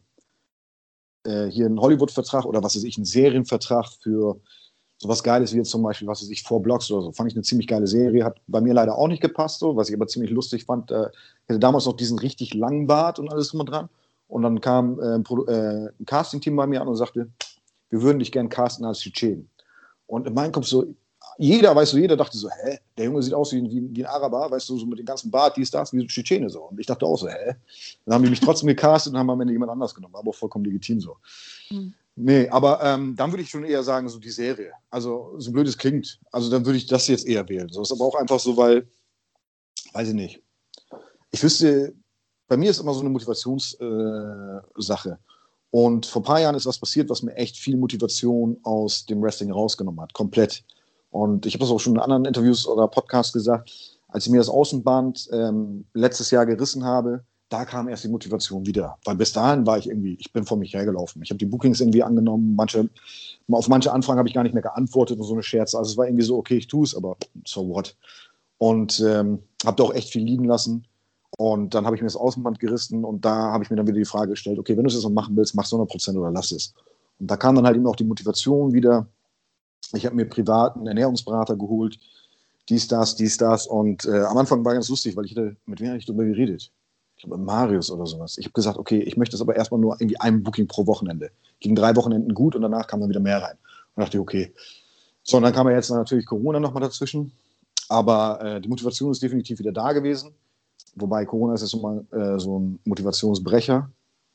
äh, hier einen Hollywood-Vertrag oder was weiß ich, einen Serienvertrag für sowas Geiles wie jetzt zum Beispiel, was weiß ich, Four Blocks oder so. Fand ich eine ziemlich geile Serie, hat bei mir leider auch nicht gepasst, so, was ich aber ziemlich lustig fand. Äh, ich hatte damals noch diesen richtig langen Bart und alles drum und dran. Und dann kam äh, ein, Produ- äh, ein Casting-Team bei mir an und sagte, wir würden dich gerne casten als Tschetschen. Und in meinem Kopf so, jeder, weißt du, jeder dachte so, hä, der Junge sieht aus wie, wie, wie ein Araber, weißt du, so mit dem ganzen Bart, dies, das, wie so Tschetschene so. Und ich dachte auch so, hä? Dann haben die mich trotzdem gecastet und haben am Ende jemand anders genommen, aber auch vollkommen legitim so. Mhm. Nee, aber ähm, dann würde ich schon eher sagen, so die Serie. Also, so blöd es klingt. Also, dann würde ich das jetzt eher wählen. So ist aber auch einfach so, weil, weiß ich nicht. Ich wüsste, bei mir ist immer so eine Motivationssache. Äh, und vor ein paar Jahren ist was passiert, was mir echt viel Motivation aus dem Wrestling rausgenommen hat. Komplett. Und ich habe das auch schon in anderen Interviews oder Podcasts gesagt, als ich mir das Außenband ähm, letztes Jahr gerissen habe, da kam erst die Motivation wieder. Weil bis dahin war ich irgendwie, ich bin vor mich hergelaufen. Ich habe die Bookings irgendwie angenommen. Manche, auf manche Anfragen habe ich gar nicht mehr geantwortet und so eine Scherze. Also es war irgendwie so, okay, ich tue es, aber so what. Und ähm, habe da auch echt viel liegen lassen. Und dann habe ich mir das Außenband gerissen und da habe ich mir dann wieder die Frage gestellt, okay, wenn du es jetzt noch machen willst, mach es hundert Prozent oder lass es. Und da kam dann halt eben auch die Motivation wieder. Ich habe mir privat einen Ernährungsberater geholt, dies, das, dies, das. Und äh, am Anfang war ganz lustig, weil ich hatte, mit wem habe ich darüber geredet? Ich glaube, Marius oder sowas. Ich habe gesagt, okay, ich möchte das aber erstmal nur irgendwie ein Booking pro Wochenende. Ging drei Wochenenden gut und danach kam dann wieder mehr rein. Und dachte ich, okay. So, und dann kam ja jetzt natürlich Corona nochmal dazwischen. Aber äh, die Motivation ist definitiv wieder da gewesen. Wobei Corona ist jetzt nochmal äh, so ein Motivationsbrecher.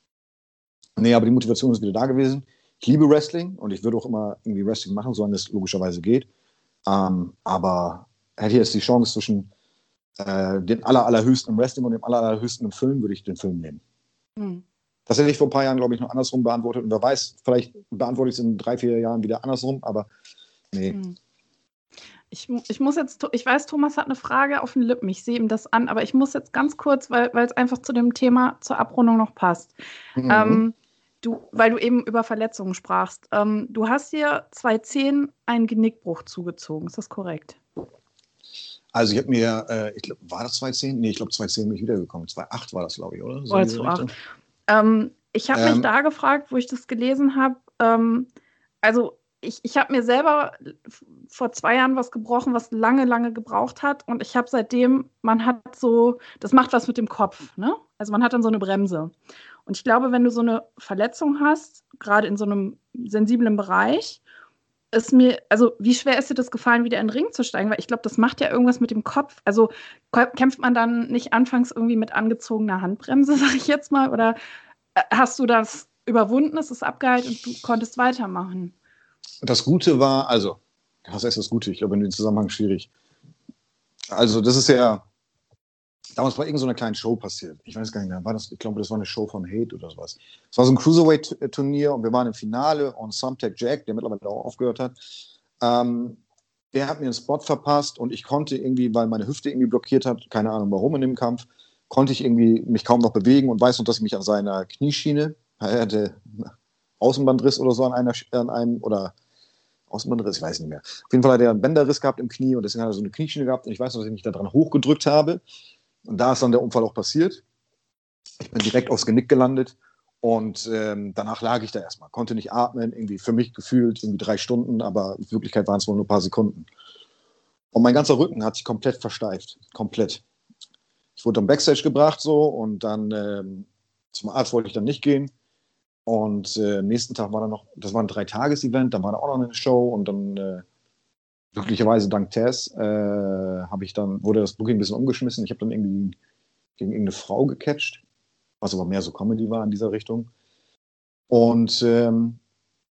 Nee, aber die Motivation ist wieder da gewesen. Ich liebe Wrestling und ich würde auch immer irgendwie Wrestling machen, solange es logischerweise geht. Ähm, aber hätte ich jetzt die Chance zwischen äh, den aller, allerhöchsten im Wrestling und dem aller, allerhöchsten im Film, würde ich den Film nehmen. Hm. Das hätte ich vor ein paar Jahren, glaube ich, noch andersrum beantwortet. Und wer weiß, vielleicht beantworte ich es in drei, vier Jahren wieder andersrum, aber nee. Hm. Ich, ich muss jetzt, ich weiß, Thomas hat eine Frage auf den Lippen, ich sehe ihm das an, aber ich muss jetzt ganz kurz, weil es einfach zu dem Thema zur Abrundung noch passt. Mhm. Ähm, du, weil du eben über Verletzungen sprachst. Ähm, du hast dir zweitausendzehn einen Genickbruch zugezogen, ist das korrekt? Also ich habe mir, äh, ich glaube, war das zweitausendzehn? Nee, ich glaube zweitausendzehn bin ich wiedergekommen. zweitausendacht war das, glaube ich, oder? So oder zweitausendacht. Ähm, ich habe ähm, mich da gefragt, wo ich das gelesen habe, ähm, also ich, ich habe mir selber vor zwei Jahren was gebrochen, was lange, lange gebraucht hat. Und ich habe seitdem, man hat so, das macht was mit dem Kopf, ne? Also man hat dann so eine Bremse. Und ich glaube, wenn du so eine Verletzung hast, gerade in so einem sensiblen Bereich, ist mir, also wie schwer ist dir das gefallen, wieder in den Ring zu steigen? Weil ich glaube, das macht ja irgendwas mit dem Kopf. Also kämpft man dann nicht anfangs irgendwie mit angezogener Handbremse, sag ich jetzt mal? Oder hast du das überwunden, es ist abgeheilt und du konntest weitermachen? Das Gute war, also, was heißt das Gute? Ich glaube, in dem Zusammenhang schwierig. Also, das ist ja damals bei irgendeiner kleinen Show passiert. Ich weiß gar nicht mehr, war das, ich glaube, das war eine Show von Hate oder sowas. Es war so ein Cruiserweight-Turnier und wir waren im Finale und Thumbtack Jack, der mittlerweile auch aufgehört hat, ähm, der hat mir einen Spot verpasst und ich konnte irgendwie, weil meine Hüfte irgendwie blockiert hat, keine Ahnung warum in dem Kampf, konnte ich irgendwie mich kaum noch bewegen und weiß noch, dass ich mich an seiner Knieschiene, er hatte Außenbandriss oder so an einer, an einem, oder Außenbandriss, ich weiß nicht mehr. Auf jeden Fall hat er einen Bänderriss gehabt im Knie und deswegen hat er so eine Knieschiene gehabt und ich weiß noch, dass ich mich da dran hochgedrückt habe. Und da ist dann der Unfall auch passiert. Ich bin direkt aufs Genick gelandet und ähm, danach lag ich da erstmal, konnte nicht atmen, irgendwie für mich gefühlt irgendwie drei Stunden, aber in Wirklichkeit waren es wohl nur ein paar Sekunden. Und mein ganzer Rücken hat sich komplett versteift, komplett. Ich wurde dann Backstage gebracht so und dann ähm, zum Arzt wollte ich dann nicht gehen. Und äh, am nächsten Tag war dann noch, das war ein Drei-Tages-Event, dann war da auch noch eine Show und dann äh, glücklicherweise dank Tess äh, habe ich dann, wurde das Booking ein bisschen umgeschmissen. Ich habe dann irgendwie gegen irgendeine Frau gecatcht, was aber mehr so Comedy war in dieser Richtung. Und ähm,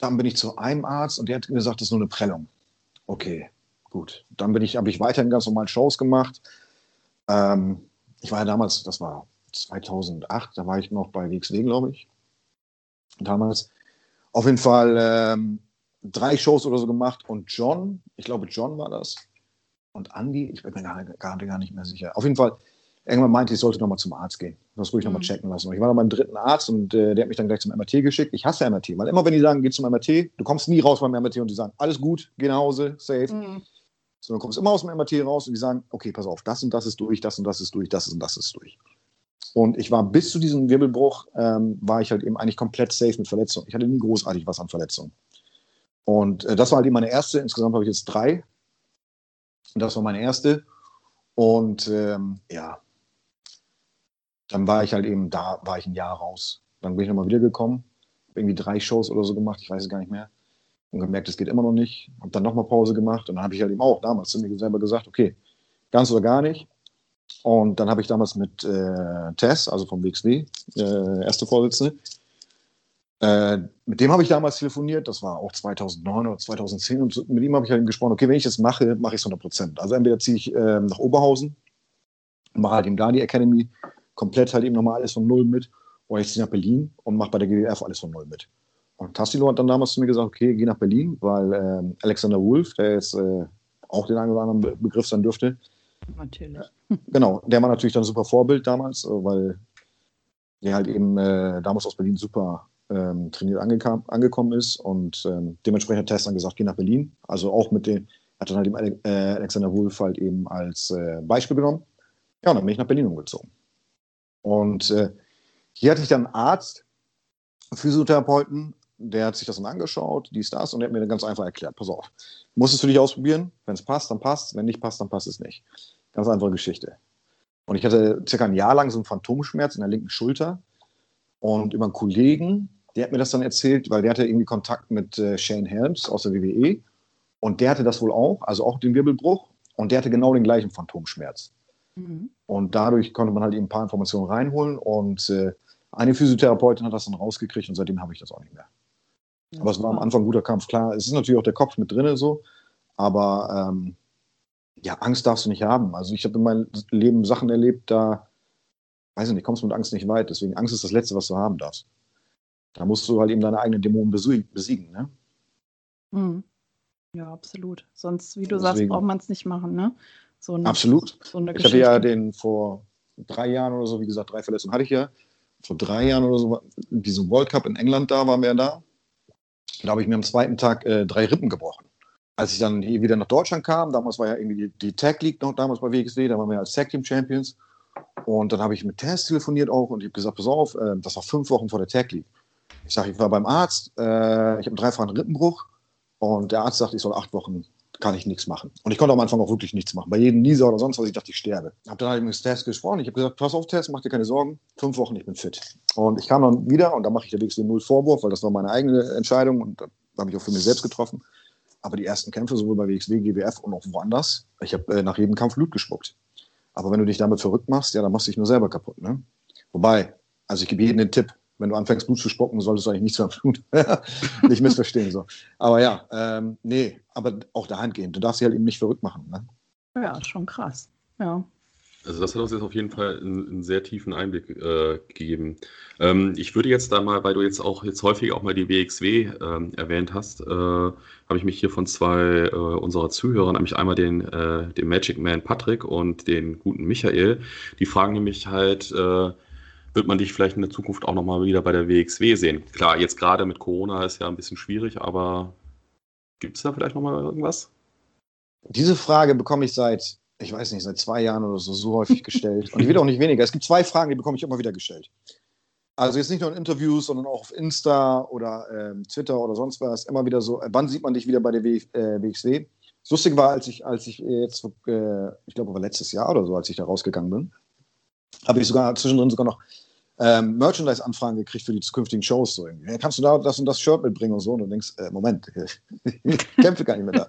Dann bin ich zu einem Arzt und der hat gesagt, das ist nur eine Prellung. Okay, gut. Dann bin ich, habe ich weiterhin ganz normal Shows gemacht. Ähm, ich war ja damals, das war zweitausendacht, da war ich noch bei W X W, glaube ich. Damals. Auf jeden Fall ähm, drei Shows oder so gemacht und John, ich glaube John war das, und Andy, ich bin mir gar, gar, gar nicht mehr sicher. Auf jeden Fall, irgendwann meinte ich, ich sollte nochmal zum Arzt gehen. Das ruhig mhm. nochmal checken lassen. Und ich war dann beim dritten Arzt und äh, der hat mich dann gleich zum M R T geschickt. Ich hasse M R T, weil immer wenn die sagen, geh zum M R T, du kommst nie raus beim M R T und die sagen, alles gut, geh nach Hause, safe. Mhm. So, dann kommst du immer aus dem M R T raus und die sagen, okay, pass auf, das und das ist durch, das und das ist durch, das und das ist durch. Und ich war bis zu diesem Wirbelbruch, ähm, war ich halt eben eigentlich komplett safe mit Verletzungen. Ich hatte nie großartig was an Verletzungen. Und äh, das war halt eben meine erste. Insgesamt habe ich jetzt drei. Und das war meine erste. Und ähm, ja, dann war ich halt eben, da war ich ein Jahr raus. Dann bin ich nochmal wiedergekommen, habe irgendwie drei Shows oder so gemacht, ich weiß es gar nicht mehr. Und gemerkt, es geht immer noch nicht. Habe dann nochmal Pause gemacht. Und dann habe ich halt eben auch damals zu mir selber gesagt, okay, ganz oder gar nicht. Und dann habe ich damals mit äh, Tess, also vom W X W, äh, erste Vorsitzende, äh, mit dem habe ich damals telefoniert, das war auch zweitausendneun oder zweitausendzehn, und mit ihm habe ich halt gesprochen, okay, wenn ich das mache, mache ich es hundert Prozent. Also entweder ziehe ich äh, nach Oberhausen, mache halt eben da die Academy, komplett halt eben nochmal alles von Null mit, oder ich ziehe nach Berlin und mache bei der G W F alles von Null mit. Und Tassilo hat dann damals zu mir gesagt, okay, geh nach Berlin, weil äh, Alexander Wolf, der jetzt äh, auch den einen oder anderen Be- Begriff sein dürfte, Natürlich. genau, der war natürlich dann ein super Vorbild damals, weil der halt eben äh, damals aus Berlin super ähm, trainiert angekam, angekommen ist und ähm, dementsprechend hat Tess dann gesagt, geh nach Berlin. Also auch mit dem, hat dann halt eben Ale- äh, Alexander Wolf halt eben als äh, Beispiel genommen. Ja, und dann bin ich nach Berlin umgezogen. Und äh, hier hatte ich dann einen Arzt, einen Physiotherapeuten, der hat sich das dann angeschaut, dies, das, und der hat mir dann ganz einfach erklärt, pass auf, du musst es für dich ausprobieren, wenn es passt, dann passt, wenn nicht passt, dann passt es nicht. Ganz einfache Geschichte. Und ich hatte circa ein Jahr lang so einen Phantomschmerz in der linken Schulter. Und über einen Kollegen, der hat mir das dann erzählt, weil der hatte irgendwie Kontakt mit äh, Shane Helms aus der W W E. Und der hatte das wohl auch, also auch den Wirbelbruch. Und der hatte genau den gleichen Phantomschmerz. Mhm. Und dadurch konnte man halt eben ein paar Informationen reinholen. Und äh, eine Physiotherapeutin hat das dann rausgekriegt und seitdem habe ich das auch nicht mehr. Ja, aber es war am Anfang ein guter Kampf. Klar, es ist natürlich auch der Kopf mit drin so. Aber ähm, ja, Angst darfst du nicht haben. Also ich habe in meinem Leben Sachen erlebt, da, weiß ich nicht, kommst du mit Angst nicht weit. Deswegen, Angst ist das Letzte, was du haben darfst. Da musst du halt eben deine eigenen Dämonen besiegen, ne? Mhm. Ja, absolut. Sonst, wie du Deswegen, sagst, braucht man es nicht machen, ne? So eine, absolut. So eine ich hatte ja den vor drei Jahren oder so, wie gesagt, drei Verletzungen hatte ich ja. Vor drei Jahren oder so, diesen World Cup in England, da waren wir ja da. Da habe ich mir am zweiten Tag äh, drei Rippen gebrochen. Als ich dann hier wieder nach Deutschland kam, damals war ja irgendwie die, die Tag League noch damals bei W X W, da waren wir als Tag Team Champions. Und dann habe ich mit Tess telefoniert auch und ich habe gesagt, pass auf, äh, das war fünf Wochen vor der Tag League. Ich sage, ich war beim Arzt, äh, ich habe einen dreifachen Rippenbruch und der Arzt sagt, ich soll acht Wochen, kann ich nichts machen. Und ich konnte am Anfang auch wirklich nichts machen. Bei jedem Nieser oder sonst was, ich dachte, ich sterbe. Ich habe dann halt mit Tess gesprochen, ich habe gesagt, pass auf Tess, mach dir keine Sorgen, fünf Wochen, ich bin fit. Und ich kam dann wieder und da mache ich der W X W null Vorwurf, weil das war meine eigene Entscheidung und da habe ich auch für mich selbst getroffen. Aber die ersten Kämpfe, sowohl bei W X W, G W F und auch woanders, ich habe äh, nach jedem Kampf Blut gespuckt. Aber wenn du dich damit verrückt machst, ja, dann machst du dich nur selber kaputt, ne? Wobei, also ich gebe jedem den Tipp, wenn du anfängst Blut zu spucken, solltest du eigentlich nichts mehr Blut nicht missverstehen. So. Aber ja, ähm, nee, aber auch dahingehend, du darfst dich halt eben nicht verrückt machen, ne? Ja, schon krass, ja. Also das hat uns jetzt auf jeden Fall einen, einen sehr tiefen Einblick äh, gegeben. Ähm, ich würde jetzt da mal, weil du jetzt auch jetzt häufig auch mal die W X W ähm, erwähnt hast, äh, habe ich mich hier von zwei äh, unserer Zuhörer, nämlich einmal den, äh, den Magic Man Patrick und den guten Michael, die fragen nämlich halt, äh, wird man dich vielleicht in der Zukunft auch nochmal wieder bei der W X W sehen? Klar, jetzt gerade mit Corona ist ja ein bisschen schwierig, aber gibt es da vielleicht nochmal irgendwas? Diese Frage bekomme ich seit, ich weiß nicht, seit zwei Jahren oder so, so häufig gestellt. Und die wird auch nicht weniger. Es gibt zwei Fragen, die bekomme ich immer wieder gestellt. Also jetzt nicht nur in Interviews, sondern auch auf Insta oder ähm, Twitter oder sonst was. Immer wieder so, äh, wann sieht man dich wieder bei der w, äh, W X W? Das Lustige war, als ich, als ich jetzt, äh, ich glaube, war letztes Jahr oder so, als ich da rausgegangen bin, habe ich sogar zwischendrin sogar noch ähm, Merchandise-Anfragen gekriegt für die zukünftigen Shows. So irgendwie. Ja, kannst du da das und das Shirt mitbringen und so? Und du denkst, äh, Moment, ich kämpfe gar nicht mehr da.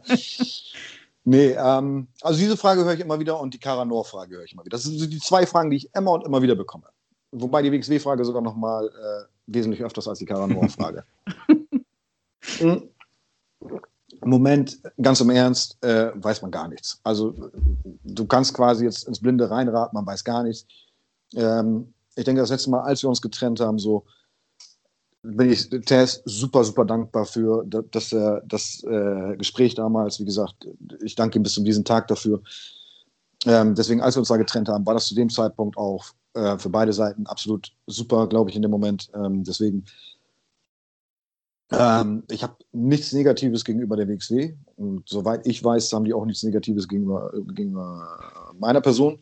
Nee, ähm, also diese Frage höre ich immer wieder und die Cara Noir-Frage höre ich immer wieder. Das sind die zwei Fragen, die ich immer und immer wieder bekomme. Wobei die W X W-Frage sogar noch mal äh, wesentlich öfters als die Cara Noir-Frage. Im Moment, ganz im Ernst, äh, weiß man gar nichts. Also du kannst quasi jetzt ins Blinde reinraten, man weiß gar nichts. Ähm, ich denke, das letzte Mal, als wir uns getrennt haben, so bin ich Tess super, super dankbar für das, das, das äh, Gespräch damals. Wie gesagt, ich danke ihm bis zu diesem Tag dafür. Ähm, deswegen, als wir uns da getrennt haben, war das zu dem Zeitpunkt auch äh, für beide Seiten absolut super, glaube ich, in dem Moment. Ähm, deswegen, ähm, ich habe nichts Negatives gegenüber der W X W. Und soweit ich weiß, haben die auch nichts Negatives gegenüber, gegenüber meiner Person.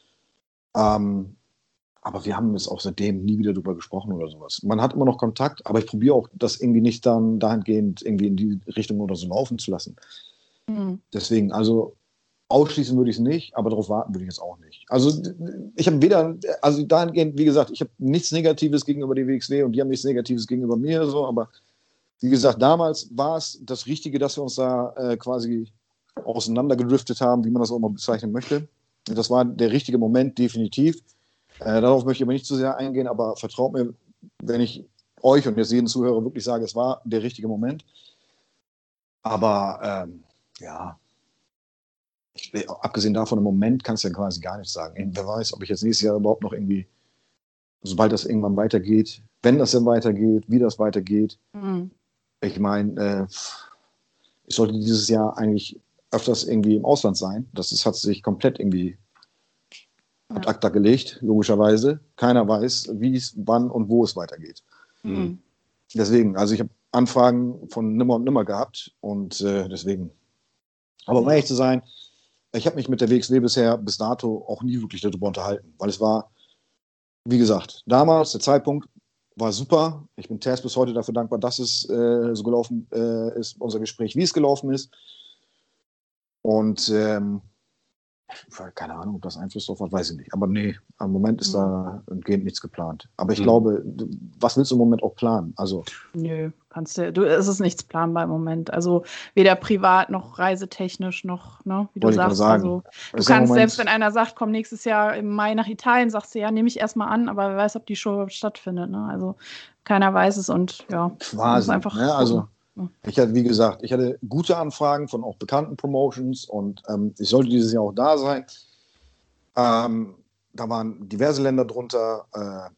Ähm, Aber wir haben jetzt auch seitdem nie wieder drüber gesprochen oder sowas. Man hat immer noch Kontakt, aber ich probiere auch, das irgendwie nicht dann dahingehend irgendwie in die Richtung oder so laufen zu lassen. Mhm. Deswegen, also ausschließen würde ich es nicht, aber darauf warten würde ich jetzt auch nicht. Also ich habe weder, also dahingehend, wie gesagt, ich habe nichts Negatives gegenüber der W X W und die haben nichts Negatives gegenüber mir, so, aber wie gesagt, damals war es das Richtige, dass wir uns da äh, quasi auseinandergedriftet haben, wie man das auch mal bezeichnen möchte. Und das war der richtige Moment, definitiv. Äh, darauf möchte ich aber nicht zu sehr eingehen, aber vertraut mir, wenn ich euch und jetzt jeden Zuhörer wirklich sage, es war der richtige Moment. Aber ähm, ja, ich, abgesehen davon, im Moment kannst du ja quasi gar nichts sagen. Wer weiß, ob ich jetzt nächstes Jahr überhaupt noch irgendwie, sobald das irgendwann weitergeht, wenn das dann weitergeht, wie das weitergeht. Mhm. Ich meine, äh, ich sollte dieses Jahr eigentlich öfters irgendwie im Ausland sein. Das ist, hat sich komplett irgendwie ad ja. acta gelegt, logischerweise. Keiner weiß, wie es, wann und wo es weitergeht. Mhm. Deswegen, also ich habe Anfragen von nimmer und nimmer gehabt und äh, deswegen. Aber um ehrlich zu sein, ich habe mich mit der W X W bisher bis dato auch nie wirklich darüber unterhalten, weil es war, wie gesagt, damals, der Zeitpunkt war super. Ich bin Tess bis heute dafür dankbar, dass es äh, so gelaufen äh, ist, unser Gespräch, wie es gelaufen ist. Und ähm, keine Ahnung, ob das Einfluss drauf hat, weiß ich nicht. Aber nee, im Moment ist mhm. da entgehend nichts geplant. Aber ich mhm. glaube, was willst du im Moment auch planen? Also, nö, kannst du, du, es ist nichts planbar im Moment. Also weder privat noch reisetechnisch noch, ne, wie du sagst. Also, du kannst, selbst wenn einer sagt, komm nächstes Jahr im Mai nach Italien, sagst du, ja, nehme ich erstmal an, aber wer weiß, ob die Show überhaupt stattfindet. Ne? Also keiner weiß es und ja, quasi. Einfach ne? Also ich hatte, wie gesagt, ich hatte gute Anfragen von auch bekannten Promotions und ähm, ich sollte dieses Jahr auch da sein. Ähm, da waren diverse Länder drunter.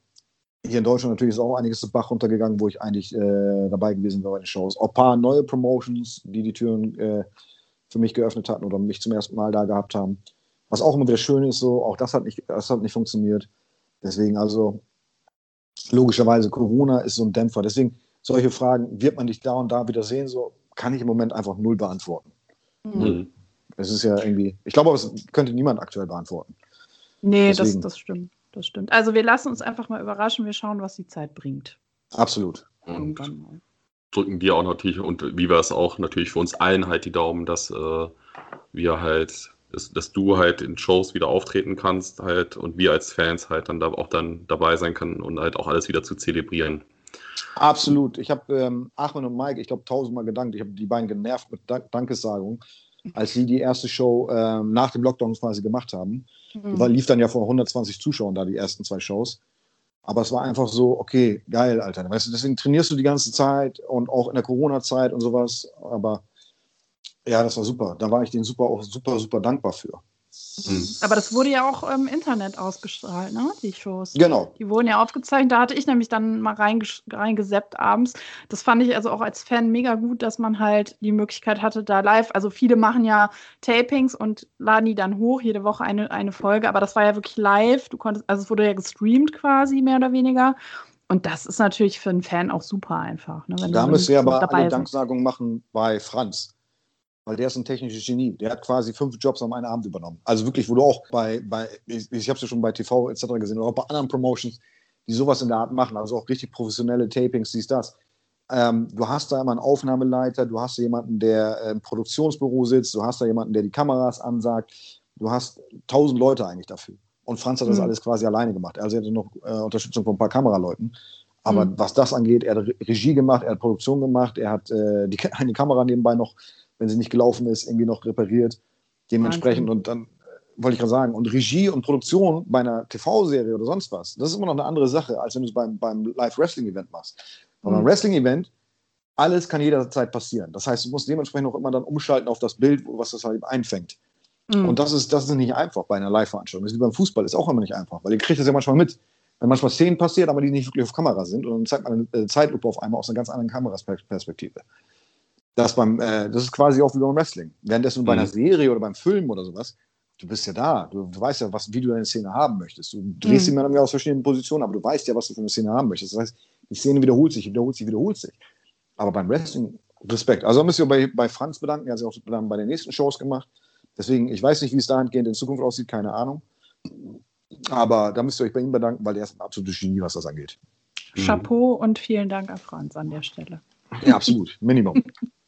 Äh, hier in Deutschland natürlich ist auch einiges zu Bach runtergegangen, wo ich eigentlich äh, dabei gewesen wäre bei den Shows. Auch ein paar neue Promotions, die die Türen äh, für mich geöffnet hatten oder mich zum ersten Mal da gehabt haben. Was auch immer wieder schön ist, so auch das hat nicht, das hat nicht funktioniert. Deswegen also logischerweise Corona ist so ein Dämpfer. Deswegen solche Fragen, wird man dich da und da wieder sehen, so kann ich im Moment einfach null beantworten. Mhm. Es ist ja irgendwie, ich glaube, das könnte niemand aktuell beantworten. Nee, das, das stimmt, das stimmt. Also wir lassen uns einfach mal überraschen, wir schauen, was die Zeit bringt. Absolut. Irgendwann mal. Drücken wir auch natürlich und wie wir es auch natürlich für uns allen halt die Daumen, dass äh, wir halt, dass, dass du halt in Shows wieder auftreten kannst halt und wir als Fans halt dann da auch dann dabei sein können und halt auch alles wieder zu zelebrieren. Absolut. Ich habe ähm, Achmed und Mike, ich glaube, tausendmal gedankt. Ich habe die beiden genervt mit Dank- Dankessagung, als sie die erste Show ähm, nach dem Lockdown quasi gemacht haben. Mhm. Die war, lief dann ja vor hundertzwanzig Zuschauern da, die ersten zwei Shows. Aber es war einfach so, okay, geil, Alter. Weißt du, deswegen trainierst du die ganze Zeit und auch in der Corona-Zeit und sowas. Aber ja, das war super. Da war ich denen super, auch super, super dankbar für. Mhm. Aber das wurde ja auch im Internet ausgestrahlt, ne? Die Shows. Genau. Die wurden ja aufgezeichnet. Da hatte ich nämlich dann mal reingesappt abends. Das fand ich also auch als Fan mega gut, dass man halt die Möglichkeit hatte, da live. Also viele machen ja Tapings und laden die dann hoch, jede Woche eine, eine Folge. Aber das war ja wirklich live. Du konntest, also es wurde ja gestreamt quasi, mehr oder weniger. Und das ist natürlich für einen Fan auch super einfach. Ne? Wenn da du müsst ihr aber alle Danksagungen machen bei Franz. Weil der ist ein technisches Genie. Der hat quasi fünf Jobs am einen Abend übernommen. Also wirklich, wo du auch bei, bei ich, ich habe es ja schon bei T V et cetera gesehen, oder auch bei anderen Promotions, die sowas in der Art machen, also auch richtig professionelle Tapings, dies, das. Ähm, du hast da immer einen Aufnahmeleiter, du hast da jemanden, der im Produktionsbüro sitzt, du hast da jemanden, der die Kameras ansagt, du hast tausend Leute eigentlich dafür. Und Franz hat das mhm. alles quasi alleine gemacht. Also er hatte noch äh, Unterstützung von ein paar Kameraleuten. Aber mhm. was das angeht, er hat Regie gemacht, er hat Produktion gemacht, er hat äh, die, eine Kamera nebenbei noch, wenn sie nicht gelaufen ist, irgendwie noch repariert. Dementsprechend, Wahnsinn. Und dann äh, wollte ich gerade sagen, und Regie und Produktion bei einer T V-Serie oder sonst was, das ist immer noch eine andere Sache, als wenn du es beim, beim Live-Wrestling-Event machst. Bei einem mhm. Wrestling-Event alles kann jederzeit passieren. Das heißt, du musst dementsprechend auch immer dann umschalten auf das Bild, was das halt einfängt. Mhm. Und das ist, das ist nicht einfach bei einer Live-Veranstaltung. Das ist wie beim Fußball, ist auch immer nicht einfach, weil ihr kriegt das ja manchmal mit. Wenn manchmal Szenen passiert, aber die nicht wirklich auf Kamera sind und dann zeigt man eine Zeitlupe auf einmal aus einer ganz anderen Kameraperspektive. Das, beim, äh, das ist quasi auch wie beim Wrestling. Währenddessen mhm. bei einer Serie oder beim Film oder sowas, du bist ja da, du, du weißt ja, was, wie du deine Szene haben möchtest. Du drehst sie mhm. mir aus verschiedenen Positionen, aber du weißt ja, was du für eine Szene haben möchtest. Das heißt, die Szene wiederholt sich, wiederholt sich, wiederholt sich. Aber beim Wrestling, Respekt. Also da müssen wir bei, bei Franz bedanken, er hat sich auch bei den nächsten Shows gemacht. Deswegen, ich weiß nicht, wie es dahingehend in Zukunft aussieht, keine Ahnung. Aber da müsst ihr euch bei ihm bedanken, weil er ist ein absolutes Genie, was das angeht. Chapeau und vielen Dank an Franz an der Stelle. Ja, absolut. Minimum.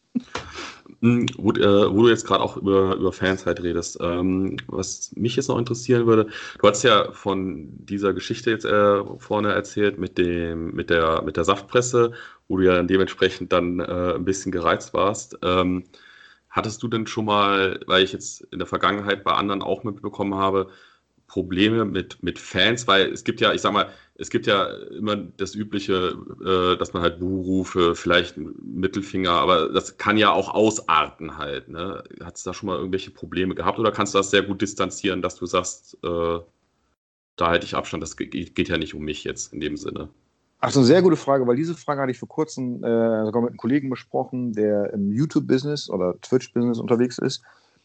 Wo, äh, wo du jetzt gerade auch über, über Fans halt redest, ähm, was mich jetzt noch interessieren würde, du hast ja von dieser Geschichte jetzt äh, vorne erzählt mit dem, mit der, mit der Saftpresse, wo du ja dann dementsprechend dann äh, ein bisschen gereizt warst. Ähm, hattest du denn schon mal, weil ich jetzt in der Vergangenheit bei anderen auch mitbekommen habe, Probleme mit, mit Fans, weil es gibt ja, ich sag mal, es gibt ja immer das Übliche, äh, dass man halt Buhrufe, vielleicht einen Mittelfinger, aber das kann ja auch ausarten halt. Ne? Hat es da schon mal irgendwelche Probleme gehabt oder kannst du das sehr gut distanzieren, dass du sagst, äh, da halte ich Abstand, das geht, geht ja nicht um mich jetzt in dem Sinne? Ach so, sehr gute Frage, weil diese Frage hatte ich vor kurzem äh, sogar mit einem Kollegen besprochen, der im YouTube-Business oder Twitch-Business unterwegs ist.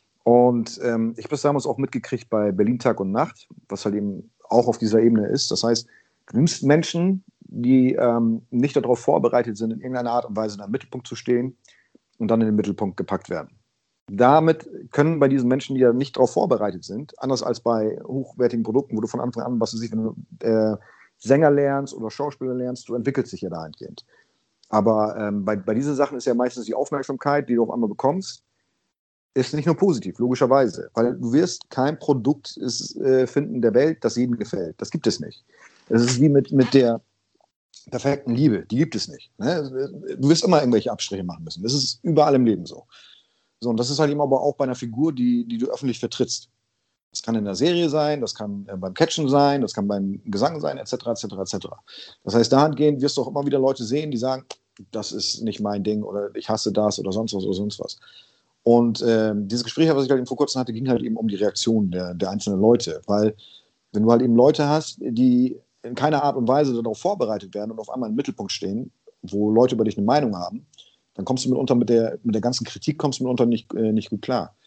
Und ähm, ich habe das damals auch mitgekriegt bei Berlin Tag und Nacht, was halt eben auch auf dieser Ebene ist. Das heißt, du nimmst Menschen, die ähm, nicht darauf vorbereitet sind, in irgendeiner Art und Weise in einem Mittelpunkt zu stehen und dann in den Mittelpunkt gepackt werden. Damit können bei diesen Menschen, die ja nicht darauf vorbereitet sind, anders als bei hochwertigen Produkten, wo du von Anfang an, was du siehst, wenn du äh, Sänger lernst oder Schauspieler lernst, du entwickelst dich ja dahingehend. Aber ähm, bei, bei diesen Sachen ist ja meistens die Aufmerksamkeit, die du auf einmal bekommst, ist nicht nur positiv, logischerweise. Weil du wirst kein Produkt ist, äh, finden der Welt, das jedem gefällt. Das gibt es nicht. Es ist wie mit, mit der perfekten Liebe. Die gibt es nicht. Ne? Du wirst immer irgendwelche Abstriche machen müssen. Das ist überall im Leben so. So, und das ist halt eben aber auch bei einer Figur, die, die du öffentlich vertrittst. Das kann in der Serie sein, das kann äh, beim Catchen sein, das kann beim Gesang sein, et cetera, et cetera, et cetera. Das heißt, dahingehend wirst du auch immer wieder Leute sehen, die sagen, das ist nicht mein Ding oder ich hasse das oder sonst was oder sonst was. Und äh, dieses Gespräch, was ich halt eben vor kurzem hatte, ging halt eben um die Reaktion der, der einzelnen Leute. Weil wenn du halt eben Leute hast, die in keiner Art und Weise darauf vorbereitet werden und auf einmal im Mittelpunkt stehen, wo Leute über dich eine Meinung haben, dann kommst du mitunter mit der, mit der ganzen Kritik kommst du mitunter nicht, äh, nicht gut klar.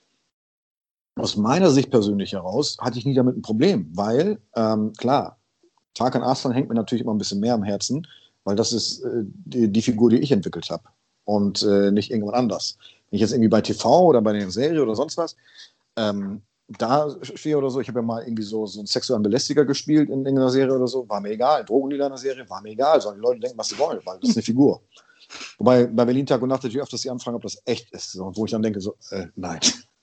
Aus meiner Sicht persönlich heraus hatte ich nie damit ein Problem, weil, ähm, klar, Tarkan Arslan hängt mir natürlich immer ein bisschen mehr am Herzen, weil das ist äh, die, die Figur, die ich entwickelt habe und äh, nicht irgendjemand anders. Wenn ich jetzt irgendwie bei T V oder bei einer Serie oder sonst was, ähm, da stehe oder so, ich habe ja mal irgendwie so, so einen sexuellen Belästiger gespielt in irgendeiner Serie oder so, war mir egal. Drogendealer in einer Serie, war mir egal. Sollen die Leute denken, was sie wollen, weil das ist eine Figur. Wobei bei Berlin Tag und Nacht natürlich öfters die anfragen, ob das echt ist. So, wo ich dann denke, so, äh, nein.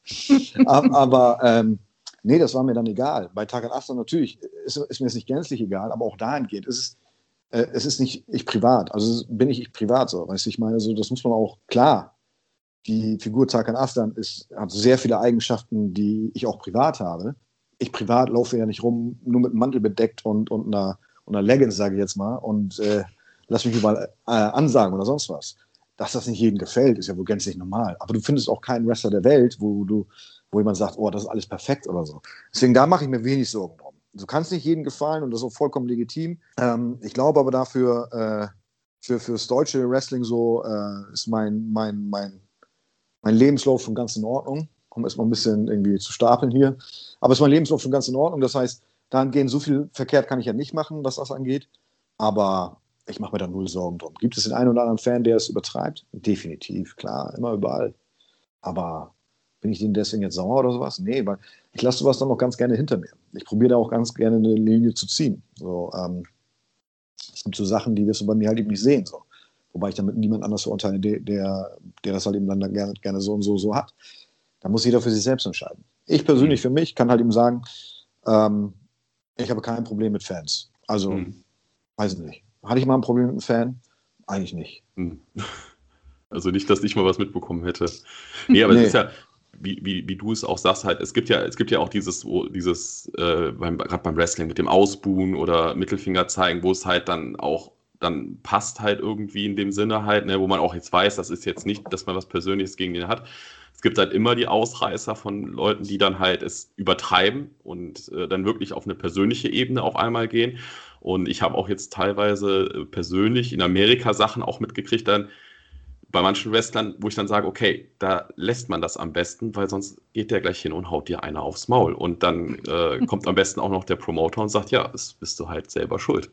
aber ähm, nee, das war mir dann egal. Bei Tag und Nacht natürlich ist, ist mir das nicht gänzlich egal, aber auch dahingehend ist es, äh, es ist nicht ich privat. Also bin ich ich privat so. Weißt du, ich meine, so, das muss man auch klar. Die Figur Tarkan Aslan ist, hat sehr viele Eigenschaften, die ich auch privat habe. Ich privat laufe ja nicht rum, nur mit einem Mantel bedeckt und, und, einer, und einer Leggings, sage ich jetzt mal, und äh, lass mich überall äh, ansagen oder sonst was. Dass das nicht jedem gefällt, ist ja wohl gänzlich normal. Aber du findest auch keinen Wrestler der Welt, wo, du, wo jemand sagt, oh, das ist alles perfekt oder so. Deswegen, da mache ich mir wenig Sorgen drum. Du kannst nicht jedem gefallen und das ist auch vollkommen legitim. Ähm, ich glaube aber dafür, äh, für, fürs deutsche Wrestling so, äh, ist mein, mein, mein Mein Lebenslauf schon ganz in Ordnung, um erstmal ein bisschen irgendwie zu stapeln hier. Aber ist mein Lebenslauf schon ganz in Ordnung. Das heißt, dahingehend so viel verkehrt kann ich ja nicht machen, was das angeht. Aber ich mache mir da null Sorgen drum. Gibt es den einen oder anderen Fan, der es übertreibt? Definitiv, klar, immer überall. Aber bin ich denen deswegen jetzt sauer oder sowas? Nee, weil ich lasse sowas dann noch ganz gerne hinter mir. Ich probiere da auch ganz gerne eine Linie zu ziehen. So, ähm, es gibt so Sachen, die wirst du bei mir halt eben nicht sehen. So. Wobei ich damit niemand anders verurteile, der, der, der das halt eben dann gerne, gerne so und so so hat. Da muss jeder für sich selbst entscheiden. Ich persönlich für mich kann halt eben sagen, ähm, ich habe kein Problem mit Fans. Also, mhm. weiß ich nicht. Hatte ich mal ein Problem mit einem Fan? Eigentlich nicht. Also nicht, dass ich mal was mitbekommen hätte. Nee, aber nee. Es ist ja, wie, wie, wie du es auch sagst, halt, es gibt ja, es gibt ja auch dieses, dieses äh, beim, gerade beim Wrestling mit dem Ausbuhen oder Mittelfinger zeigen, wo es halt dann auch dann passt halt irgendwie in dem Sinne halt, ne, wo man auch jetzt weiß, das ist jetzt nicht, dass man was Persönliches gegen den hat. Es gibt halt immer die Ausreißer von Leuten, die dann halt es übertreiben und äh, dann wirklich auf eine persönliche Ebene auf einmal gehen. Und ich habe auch jetzt teilweise äh, persönlich in Amerika Sachen auch mitgekriegt, dann bei manchen Wrestlern, wo ich dann sage, okay, da lässt man das am besten, weil sonst geht der gleich hin und haut dir einer aufs Maul. Und dann äh, kommt am besten auch noch der Promoter und sagt, ja, das bist du halt selber schuld.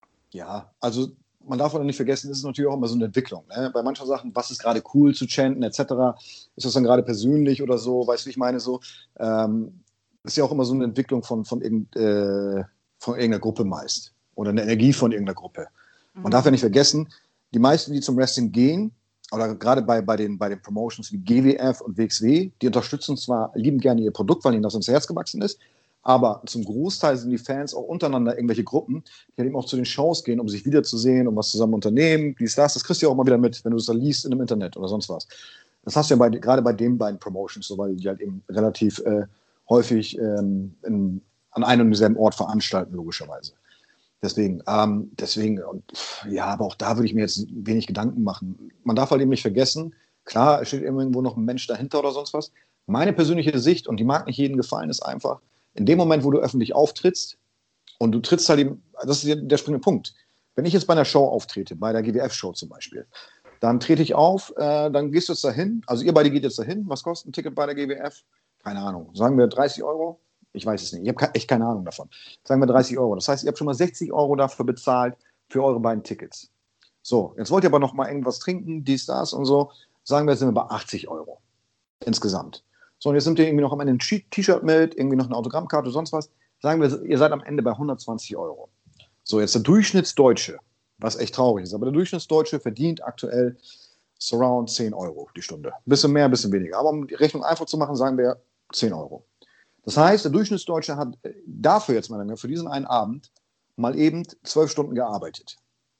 Ja, also man darf auch nicht vergessen, es ist natürlich auch immer so eine Entwicklung. Ne? Bei manchen Sachen, was ist gerade cool zu chanten, et cetera, ist das dann gerade persönlich oder so, weißt du, wie ich meine so? Ähm, ist ja auch immer so eine Entwicklung von, von, irgend, äh, von irgendeiner Gruppe meist oder eine Energie von irgendeiner Gruppe. Man mhm. darf ja nicht vergessen, die meisten, die zum Wrestling gehen, oder gerade bei, bei, den, bei den Promotions wie G W F und W X W, die unterstützen zwar lieben gerne ihr Produkt, weil ihnen das ins Herz gewachsen ist, aber zum Großteil sind die Fans auch untereinander irgendwelche Gruppen, die halt eben auch zu den Shows gehen, um sich wiederzusehen, um was zusammen unternehmen, dies, das. Das kriegst du ja auch mal wieder mit, wenn du es da liest in dem Internet oder sonst was. Das hast du ja bei, gerade bei den beiden Promotions, so, weil die halt eben relativ äh, häufig ähm, in, an einem und demselben Ort veranstalten, logischerweise. Deswegen, ähm, deswegen, und, ja, aber auch da würde ich mir jetzt wenig Gedanken machen. Man darf halt eben nicht vergessen, klar, es steht irgendwo noch ein Mensch dahinter oder sonst was. Meine persönliche Sicht, und die mag nicht jedem gefallen, ist einfach, in dem Moment, wo du öffentlich auftrittst und du trittst halt eben, das ist der springende Punkt. Wenn ich jetzt bei einer Show auftrete, bei der G W F-Show zum Beispiel, dann trete ich auf, äh, dann gehst du jetzt dahin, also ihr beide geht jetzt dahin, was kostet ein Ticket bei der G W F? Keine Ahnung, sagen wir dreißig Euro? Ich weiß es nicht, ich habe echt keine Ahnung davon. Sagen wir dreißig Euro, das heißt, ihr habt schon mal sechzig Euro dafür bezahlt für eure beiden Tickets. So, jetzt wollt ihr aber noch mal irgendwas trinken, dies, das und so, sagen wir, jetzt sind wir bei achtzig Euro insgesamt. So, und jetzt nimmt ihr irgendwie noch am Ende ein T-Shirt mit, irgendwie noch eine Autogrammkarte, sonst was. Sagen wir, ihr seid am Ende bei hundertzwanzig Euro. So, jetzt der Durchschnittsdeutsche, was echt traurig ist, aber der Durchschnittsdeutsche verdient aktuell so around zehn Euro die Stunde. Ein bisschen mehr, ein bisschen weniger. Aber um die Rechnung einfach zu machen, sagen wir zehn Euro. Das heißt, der Durchschnittsdeutsche hat dafür jetzt mal für diesen einen Abend mal eben zwölf Stunden gearbeitet.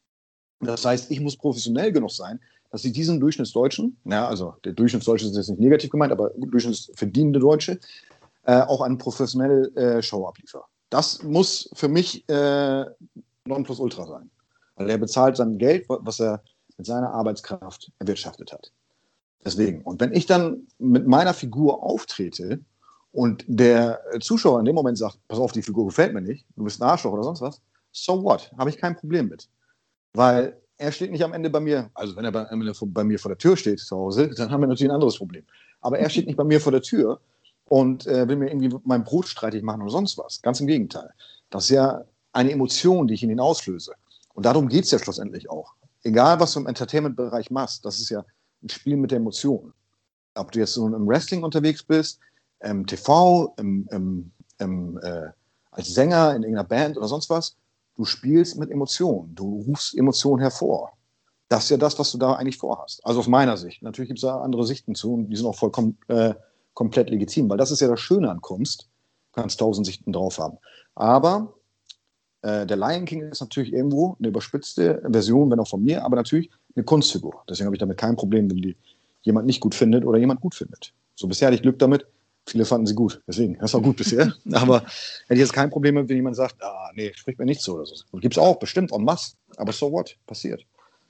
Das heißt, ich muss professionell genug sein, dass ich diesen Durchschnittsdeutschen, ja, also der Durchschnittsdeutsche ist jetzt nicht negativ gemeint, aber durchschnittsverdienende Deutsche, äh, auch eine professionelle äh, Show abliefere. Das muss für mich äh, Nonplusultra sein. Weil er bezahlt sein Geld, was er mit seiner Arbeitskraft erwirtschaftet hat. Deswegen. Und wenn ich dann mit meiner Figur auftrete und der Zuschauer in dem Moment sagt, pass auf, die Figur gefällt mir nicht, du bist ein Arschloch oder sonst was, so what? Habe ich kein Problem mit. Weil er steht nicht am Ende bei mir, also wenn er bei, bei mir vor der Tür steht zu Hause, dann haben wir natürlich ein anderes Problem. Aber er steht nicht bei mir vor der Tür und äh, will mir irgendwie mein Brot streitig machen oder sonst was. Ganz im Gegenteil. Das ist ja eine Emotion, die ich in ihn auslöse. Und darum geht es ja schlussendlich auch. Egal, was du im Entertainment-Bereich machst, das ist ja ein Spiel mit der Emotion. Ob du jetzt so im Wrestling unterwegs bist, im T V, im, im, im, äh, als Sänger in irgendeiner Band oder sonst was, du spielst mit Emotionen. Du rufst Emotionen hervor. Das ist ja das, was du da eigentlich vorhast. Also aus meiner Sicht. Natürlich gibt es da andere Sichten zu und die sind auch vollkommen äh, komplett legitim, weil das ist ja das Schöne an Kunst. Du kannst tausend Sichten drauf haben. Aber äh, der Lion King ist natürlich irgendwo eine überspitzte Version, wenn auch von mir, aber natürlich eine Kunstfigur. Deswegen habe ich damit kein Problem, wenn die jemand nicht gut findet oder jemand gut findet. So bisher hatte ich Glück damit. Viele fanden sie gut. Deswegen, das war gut bisher. Aber hätte ich jetzt kein Problem mit, wenn jemand sagt, ah, nee, spricht mir nicht so oder so. Gibt es auch, bestimmt, en masse. Aber so what? Passiert.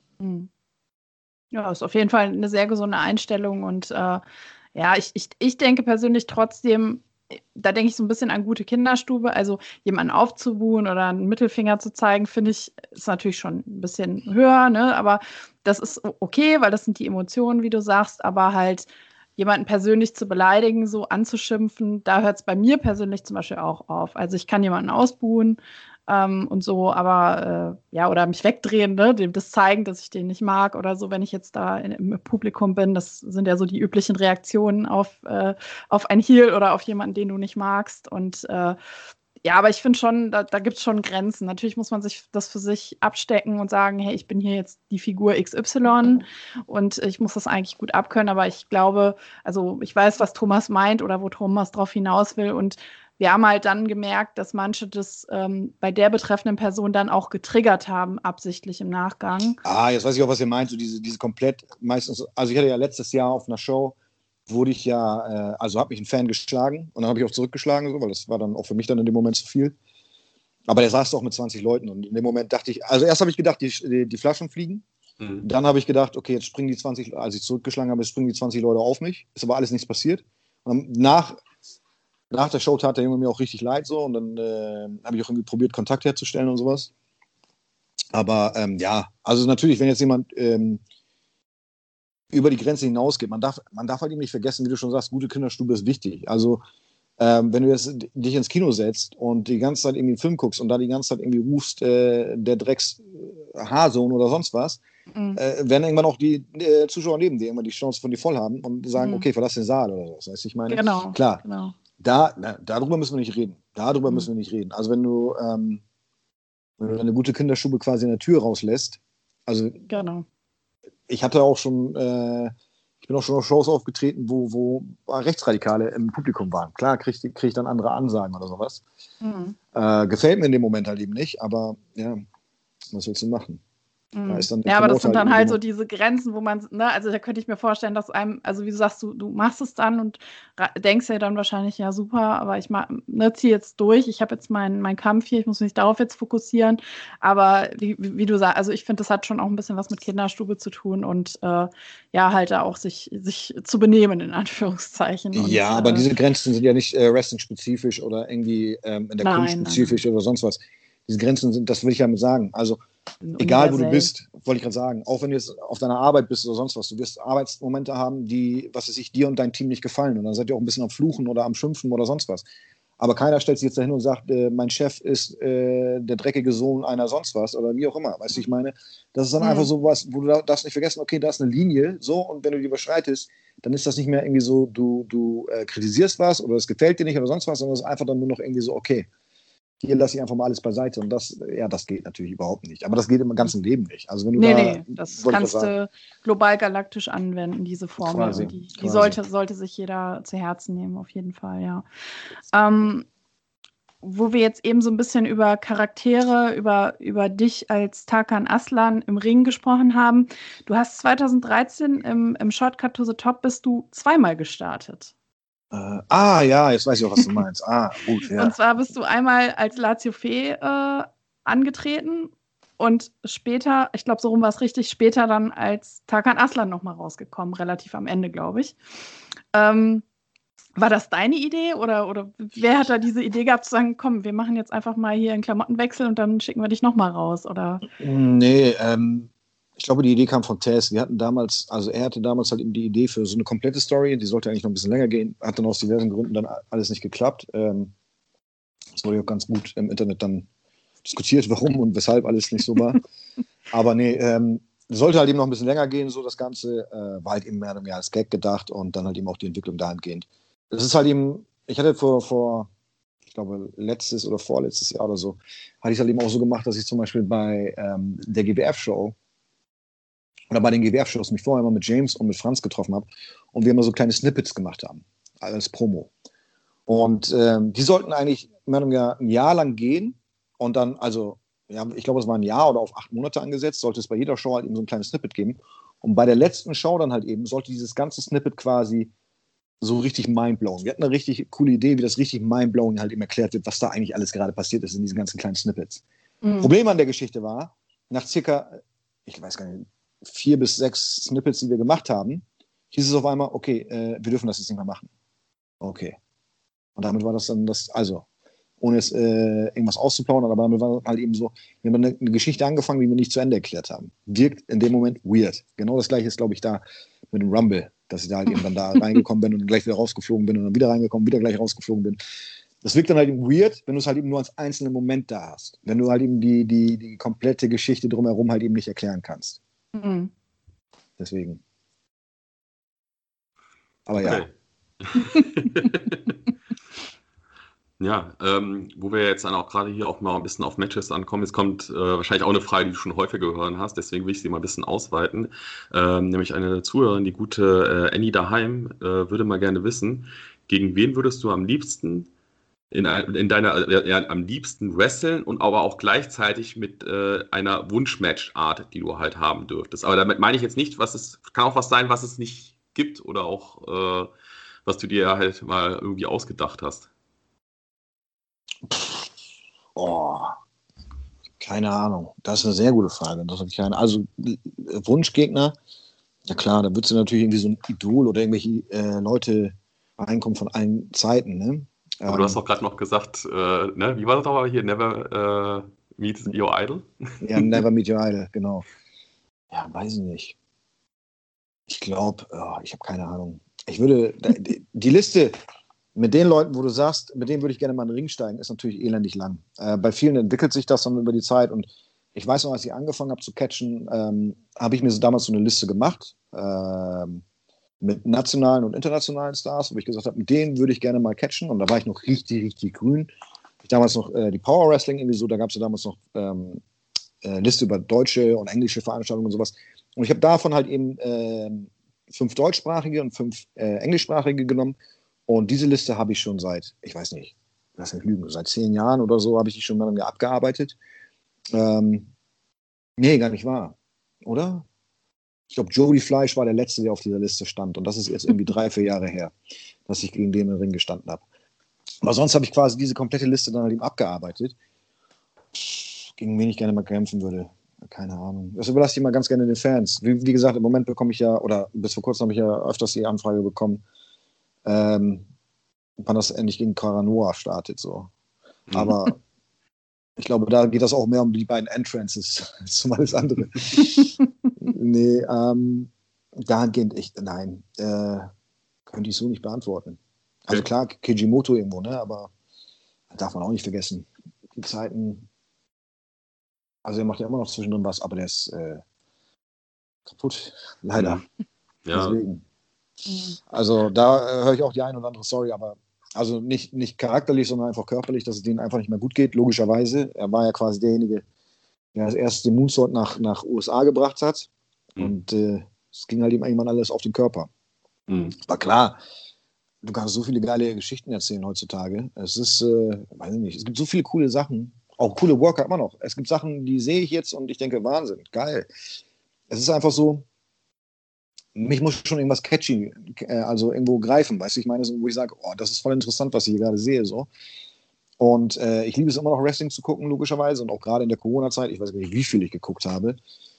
Ja, ist auf jeden Fall eine sehr gesunde Einstellung. Und äh, ja, ich, ich, ich denke persönlich trotzdem, da denke ich so ein bisschen an gute Kinderstube. Also jemanden aufzubuhen oder einen Mittelfinger zu zeigen, finde ich, ist natürlich schon ein bisschen höher, ne? Aber das ist okay, weil das sind die Emotionen, wie du sagst, aber halt jemanden persönlich zu beleidigen, so anzuschimpfen, da hört es bei mir persönlich zum Beispiel auch auf. Also ich kann jemanden ausbuhen ähm, und so, aber äh, ja, oder mich wegdrehen, ne? Dem das zeigen, dass ich den nicht mag oder so, wenn ich jetzt da in, im Publikum bin. Das sind ja so die üblichen Reaktionen auf, äh, auf ein Heel oder auf jemanden, den du nicht magst. Und äh, ja, aber ich finde schon, da, da gibt es schon Grenzen. Natürlich muss man sich das für sich abstecken und sagen, hey, ich bin hier jetzt die Figur X Y und ich muss das eigentlich gut abkönnen. Aber ich glaube, also ich weiß, was Thomas meint oder wo Thomas drauf hinaus will. Und wir haben halt dann gemerkt, dass manche das ähm, bei der betreffenden Person dann auch getriggert haben, absichtlich im Nachgang. Ah, jetzt weiß ich auch, was ihr meint. So diese, diese komplett, meistens, also ich hatte ja letztes Jahr auf einer Show, wurde ich ja, äh, also hat mich ein Fan geschlagen und dann habe ich auch zurückgeschlagen, so, weil das war dann auch für mich dann in dem Moment zu viel. Aber der saß doch mit zwanzig Leuten und in dem Moment dachte ich, also erst habe ich gedacht, die, die, die Flaschen fliegen. Mhm. Dann habe ich gedacht, okay, jetzt springen die zwanzig, als ich zurückgeschlagen habe, springen die zwanzig Leute auf mich. Ist aber alles nichts passiert. Und nach, nach der Show tat der Junge mir auch richtig leid so und dann äh, habe ich auch irgendwie probiert, Kontakt herzustellen und sowas. Aber ähm, ja, also natürlich, wenn jetzt jemand ähm, über die Grenze hinausgeht, man darf, man darf halt eben nicht vergessen, wie du schon sagst, gute Kinderstube ist wichtig. Also ähm, wenn du jetzt dich ins Kino setzt und die ganze Zeit irgendwie einen Film guckst und da die ganze Zeit irgendwie rufst, äh, der Drecks Haarsohn oder sonst was, mhm. äh, werden irgendwann auch die äh, Zuschauer neben dir immer die Chance von dir voll haben und sagen, mhm. okay, verlass den Saal oder so. Das heißt, ich meine, genau, klar, genau. Da, na, darüber müssen wir nicht reden. Darüber mhm. müssen wir nicht reden. Also wenn du, ähm, wenn du eine gute Kinderstube quasi in der Tür rauslässt, also genau. ich hatte auch schon, äh, ich bin auch schon auf Shows aufgetreten, wo, wo Rechtsradikale im Publikum waren. Klar kriege ich, krieg ich dann andere Ansagen oder sowas. Mhm. Äh, gefällt mir in dem Moment halt eben nicht, aber ja, was willst du machen? Da ist dann ja, aber das sind dann halt so diese Grenzen, wo man, ne, also da könnte ich mir vorstellen, dass einem, also wie du sagst, du, du machst es dann und denkst ja dann wahrscheinlich, ja super, aber ich ne, ziehe jetzt durch, ich habe jetzt meinen mein Kampf hier, ich muss mich darauf jetzt fokussieren, aber wie, wie du sagst, also ich finde, das hat schon auch ein bisschen was mit Kinderstube zu tun und äh, ja, halt da auch sich, sich zu benehmen, in Anführungszeichen. Und, ja, aber äh, diese Grenzen sind ja nicht äh, Wrestling-spezifisch oder irgendwie ähm, in der nein, Kunst spezifisch nein, nein. oder sonst was. Diese Grenzen sind, das will ich damit sagen, also egal, wo du bist, wollte ich gerade sagen, auch wenn du jetzt auf deiner Arbeit bist oder sonst was, du wirst Arbeitsmomente haben, die, was weiß ich, dir und dein Team nicht gefallen. Und dann seid ihr auch ein bisschen am Fluchen oder am Schimpfen oder sonst was. Aber keiner stellt sich jetzt dahin und sagt, äh, mein Chef ist äh, der dreckige Sohn einer sonst was oder wie auch immer. Weißt du, ich meine, das ist dann mhm. einfach so was, wo du darfst nicht vergessen, okay, da ist eine Linie, so, und wenn du die überschreitest, dann ist das nicht mehr irgendwie so, du, du äh, kritisierst was oder es gefällt dir nicht oder sonst was, sondern es ist einfach dann nur noch irgendwie so, okay, hier lasse ich einfach mal alles beiseite und das, ja, das geht natürlich überhaupt nicht. Aber das geht im ganzen Leben nicht. Also wenn du nee, da, nee, das kannst du global galaktisch anwenden, diese Formel. Quasi, und die die sollte, sollte sich jeder zu Herzen nehmen, auf jeden Fall, ja. Ähm, wo wir jetzt eben so ein bisschen über Charaktere, über, über dich als Tarkan Aslan im Ring gesprochen haben. Du hast zwanzig dreizehn im, im Shortcut to the Top bist du zweimal gestartet. Äh, ah, ja, jetzt weiß ich auch, was du meinst. Ah, gut, ja. Und zwar bist du einmal als Lazio Fee äh, angetreten und später, ich glaube, so rum war es richtig, später dann als Tarkan Aslan nochmal rausgekommen, relativ am Ende, glaube ich. Ähm, war das deine Idee oder, oder wer hat da diese Idee gehabt zu sagen, komm, wir machen jetzt einfach mal hier einen Klamottenwechsel und dann schicken wir dich nochmal raus, oder? Nee, ähm, ich glaube, die Idee kam von Tess. Wir hatten damals, also er hatte damals halt eben die Idee für so eine komplette Story, die sollte eigentlich noch ein bisschen länger gehen, hat dann aus diversen Gründen dann alles nicht geklappt. Ähm, das wurde ja auch ganz gut im Internet dann diskutiert, warum und weshalb alles nicht so war. Aber nee, ähm, sollte halt eben noch ein bisschen länger gehen, so das Ganze, äh, war halt eben mehr oder weniger als Gag gedacht und dann halt eben auch die Entwicklung dahingehend. Das ist halt eben, ich hatte vor, vor, ich glaube, letztes oder vorletztes Jahr oder so, hatte ich es halt eben auch so gemacht, dass ich zum Beispiel bei ähm, der G W F-Show oder bei den G W F-Shows mich vorher immer mit James und mit Franz getroffen habe und wir immer so kleine Snippets gemacht haben, als Promo. Und ähm, die sollten eigentlich mehr oder weniger ein Jahr lang gehen und dann, also, ja, ich glaube, es war ein Jahr oder auf acht Monate angesetzt, sollte es bei jeder Show halt eben so ein kleines Snippet geben. Und bei der letzten Show dann halt eben sollte dieses ganze Snippet quasi so richtig mindblowing. Wir hatten eine richtig coole Idee, wie das richtig mindblowing halt eben erklärt wird, was da eigentlich alles gerade passiert ist in diesen ganzen kleinen Snippets. Mhm. Problem an der Geschichte war, nach circa, ich weiß gar nicht, vier bis sechs Snippets, die wir gemacht haben, hieß es auf einmal, okay, äh, wir dürfen das jetzt nicht mehr machen. Okay. Und damit war das dann das, also, ohne jetzt äh, irgendwas auszuplaudern, aber damit war halt eben so, wir haben eine, eine Geschichte angefangen, die wir nicht zu Ende erklärt haben. Wirkt in dem Moment weird. Genau das gleiche ist, glaube ich, da mit dem Rumble, dass ich da halt eben dann da reingekommen bin und gleich wieder rausgeflogen bin und dann wieder reingekommen, wieder gleich rausgeflogen bin. Das wirkt dann halt eben weird, wenn du es halt eben nur als einzelnen Moment da hast. Wenn du halt eben die, die, die komplette Geschichte drumherum halt eben nicht erklären kannst. Mhm. Deswegen. Aber ja. Ja, ähm, wo wir jetzt dann auch gerade hier auch mal ein bisschen auf Matches ankommen, jetzt kommt äh, wahrscheinlich auch eine Frage, die du schon häufiger gehört hast, deswegen will ich sie mal ein bisschen ausweiten. Ähm, nämlich eine Zuhörerin, die gute äh, Annie daheim, äh, würde mal gerne wissen, gegen wen würdest du am liebsten in, in deiner, äh, am liebsten wresteln und aber auch gleichzeitig mit äh, einer Wunschmatch-Art, die du halt haben dürftest. Aber damit meine ich jetzt nicht, was es, kann auch was sein, was es nicht gibt oder auch, äh, was du dir halt mal irgendwie ausgedacht hast. Oh, keine Ahnung. Das ist eine sehr gute Frage. Das habe ich keine. Also Wunschgegner, ja klar, da würdest du natürlich irgendwie so ein Idol oder irgendwelche äh, Leute reinkommen von allen Zeiten, ne? Aber du hast doch gerade noch gesagt, äh, ne, wie war das aber hier? Never äh, meet your idol? Ja, Never Meet Your Idol, genau. Ja, weiß ich nicht. Ich glaube, oh, ich habe keine Ahnung. Ich würde, die Liste mit den Leuten, wo du sagst, mit denen würde ich gerne mal in den Ring steigen, ist natürlich elendig lang. Äh, bei vielen entwickelt sich das dann über die Zeit und ich weiß noch, als ich angefangen habe zu catchen, ähm, habe ich mir so damals so eine Liste gemacht, ähm, mit nationalen und internationalen Stars, wo ich gesagt habe, mit denen würde ich gerne mal catchen. Und da war ich noch richtig, richtig grün. Ich damals noch äh, die Power Wrestling irgendwie so, da gab es ja damals noch ähm, äh, Liste über deutsche und englische Veranstaltungen und sowas. Und ich habe davon halt eben äh, fünf deutschsprachige und fünf äh, englischsprachige genommen. Und diese Liste habe ich schon seit, ich weiß nicht, lass mich lügen, seit zehn Jahren oder so habe ich die schon mal abgearbeitet. Ähm, nee, gar nicht wahr. Oder? Ich glaube, Jody Fleisch war der Letzte, der auf dieser Liste stand. Und das ist jetzt irgendwie drei, vier Jahre her, dass ich gegen den im Ring gestanden habe. Aber sonst habe ich quasi diese komplette Liste dann halt eben abgearbeitet. Gegen wen ich gerne mal kämpfen würde. Keine Ahnung. Das überlasse ich mal ganz gerne den Fans. Wie, wie gesagt, im Moment bekomme ich ja, oder bis vor kurzem habe ich ja öfters die Anfrage bekommen, ähm, wann das endlich gegen Caranoa startet. So. Mhm. Aber ich glaube, da geht das auch mehr um die beiden Entrances als um alles andere. Nee, ähm, dahingehend echt, nein, äh, könnte ich so nicht beantworten. Also klar, Kejimoto irgendwo, ne, aber darf man auch nicht vergessen. Die Zeiten, also er macht ja immer noch zwischendrin was, aber der ist äh, kaputt, leider. Mhm. Ja. Deswegen. Also da äh, höre ich auch die ein oder andere Story, aber also nicht, nicht charakterlich, sondern einfach körperlich, dass es denen einfach nicht mehr gut geht, logischerweise. Er war ja quasi derjenige, der als erstes den Moonsault nach, nach U S A gebracht hat. Mhm. Und äh, es ging halt ihm irgendwann alles auf den Körper. Mhm. Aber klar, du kannst so viele geile Geschichten erzählen heutzutage. Es ist, äh, weiß ich nicht, es gibt so viele coole Sachen. Auch coole Worker immer noch. Es gibt Sachen, die sehe ich jetzt und ich denke, Wahnsinn, geil. Es ist einfach so, mich muss schon irgendwas catchy, äh, also irgendwo greifen, weißt du, ich meine, so, wo ich sage, oh, das ist voll interessant, was ich hier gerade sehe, so. Und äh, ich liebe es immer noch, Wrestling zu gucken, logischerweise, und auch gerade in der Corona-Zeit, ich weiß nicht, wie viel ich geguckt habe,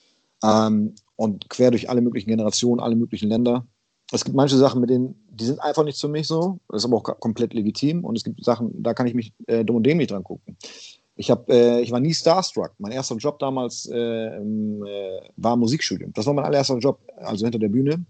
ähm, und quer durch alle möglichen Generationen, alle möglichen Länder. Es gibt manche Sachen, mit denen, die sind einfach nicht für mich so, das ist aber auch komplett legitim, und es gibt Sachen, da kann ich mich äh, dumm und dämlich dran gucken. Ich, hab, äh, ich war nie starstruck. Mein erster Job damals äh, äh, war Musikstudium. Das war mein allererster Job, also hinter der Bühne.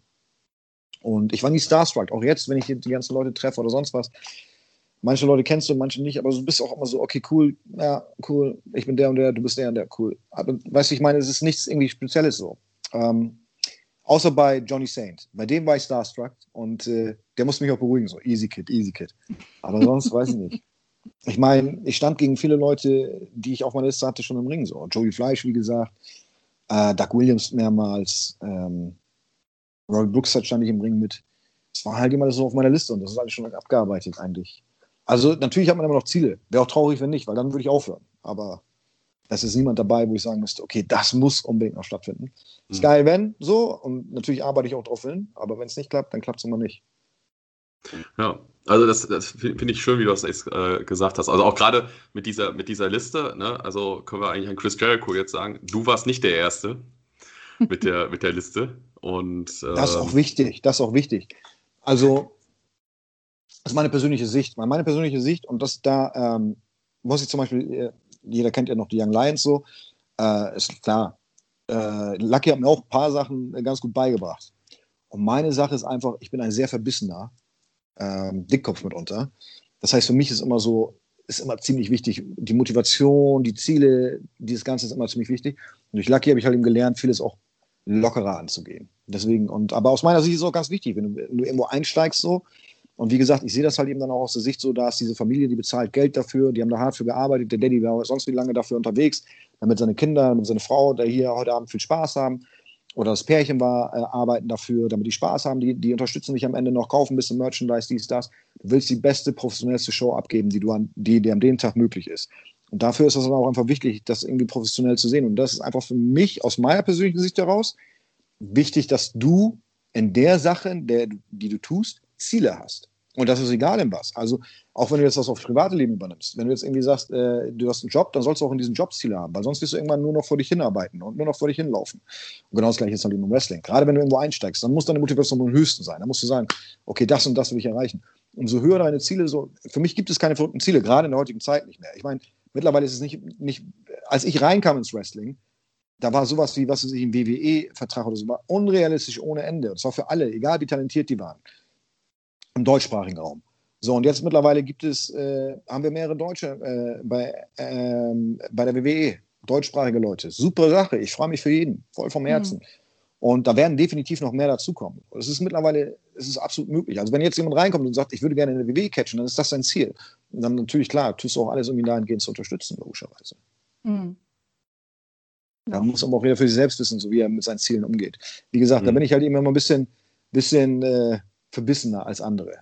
Und ich war nie starstruck. Auch jetzt, wenn ich die ganzen Leute treffe oder sonst was. Manche Leute kennst du, manche nicht, aber du bist auch immer so, okay, cool, ja, cool, ich bin der und der, du bist der und der, cool. Aber weißt du, ich meine, es ist nichts irgendwie Spezielles so. Ähm, außer bei Johnny Saint. Bei dem war ich starstruck und äh, der musste mich auch beruhigen, so easy kid, easy kid. Aber sonst weiß ich nicht. Ich meine, ich stand gegen viele Leute, die ich auf meiner Liste hatte, schon im Ring. So. Joey Fleisch, wie gesagt, äh, Doug Williams mehrmals, ähm, Roy Brooks hat stand ich im Ring mit. Es war halt immer so auf meiner Liste und das ist alles schon abgearbeitet eigentlich. Also natürlich hat man immer noch Ziele. Wäre auch traurig, wenn nicht, weil dann würde ich aufhören. Aber es ist niemand dabei, wo ich sagen müsste, okay, das muss unbedingt noch stattfinden. Mhm. Ist geil, wenn, so. Und natürlich arbeite ich auch drauf hin. Aber wenn es nicht klappt, dann klappt es immer nicht. Ja, also das, das finde ich schön, wie du das jetzt, äh, gesagt hast. Also auch gerade mit dieser, mit dieser Liste, ne? Also können wir eigentlich an Chris Jericho jetzt sagen, du warst nicht der Erste mit der, mit der Liste. Und, ähm, das ist auch wichtig, das ist auch wichtig. Also, das ist meine persönliche Sicht. Meine persönliche Sicht, und das da ähm, muss ich zum Beispiel, jeder kennt ja noch die Young Lions so, äh, ist klar. Äh, Lucky hat mir auch ein paar Sachen ganz gut beigebracht. Und meine Sache ist einfach, ich bin ein sehr verbissener ähm, Dickkopf mitunter. Das heißt, für mich ist immer so, ist immer ziemlich wichtig, die Motivation, die Ziele, dieses Ganze ist immer ziemlich wichtig. Und durch Lucky habe ich halt eben gelernt, vieles auch lockerer anzugehen. Deswegen, und aber aus meiner Sicht ist es auch ganz wichtig, wenn du, wenn du irgendwo einsteigst so, und wie gesagt, ich sehe das halt eben dann auch aus der Sicht so, da ist diese Familie, die bezahlt Geld dafür, die haben da hart für gearbeitet, der Daddy war sonst wie lange dafür unterwegs, damit seine Kinder, damit seine Frau, der hier heute Abend viel Spaß haben, oder das Pärchen war, äh, arbeiten dafür, damit die Spaß haben, die, die unterstützen dich am Ende noch, kaufen ein bisschen Merchandise, dies, das. Du willst die beste, professionellste Show abgeben, die du an, die dir an dem Tag möglich ist. Und dafür ist es dann auch einfach wichtig, das irgendwie professionell zu sehen. Und das ist einfach für mich, aus meiner persönlichen Sicht heraus, wichtig, dass du in der Sache, der, die du tust, Ziele hast. Und das ist egal in was. Also auch wenn du jetzt das aufs private Leben übernimmst. Wenn du jetzt irgendwie sagst, äh, du hast einen Job, dann sollst du auch in diesen Job Ziele haben, weil sonst wirst du irgendwann nur noch vor dich hinarbeiten und nur noch vor dich hinlaufen. Und genau das gleiche ist halt im Wrestling. Gerade wenn du irgendwo einsteigst, dann muss deine Motivation am höchsten sein. Dann musst du sagen, okay, das und das will ich erreichen. Umso höher deine Ziele, so, für mich gibt es keine verrückten Ziele, gerade in der heutigen Zeit nicht mehr. Ich meine, mittlerweile ist es nicht, nicht, als ich reinkam ins Wrestling, da war sowas wie, was weiß ich, ein W W E-Vertrag oder so, war unrealistisch ohne Ende. Das war für alle, egal wie talentiert die waren. Im deutschsprachigen Raum. So, und jetzt mittlerweile gibt es, äh, haben wir mehrere Deutsche äh, bei, ähm, bei der W W E, deutschsprachige Leute. Super Sache, ich freue mich für jeden, voll vom Herzen. Mhm. Und da werden definitiv noch mehr dazukommen. Es ist mittlerweile, es ist absolut möglich. Also wenn jetzt jemand reinkommt und sagt, ich würde gerne in der W W E catchen, dann ist das sein Ziel. Und dann natürlich, klar, tust du auch alles, um ihn dahingehend zu unterstützen, logischerweise. Mhm. Ja. Da muss aber auch jeder für sich selbst wissen, so wie er mit seinen Zielen umgeht. Wie gesagt, mhm. da bin ich halt immer mal ein bisschen, bisschen äh, verbissener als andere.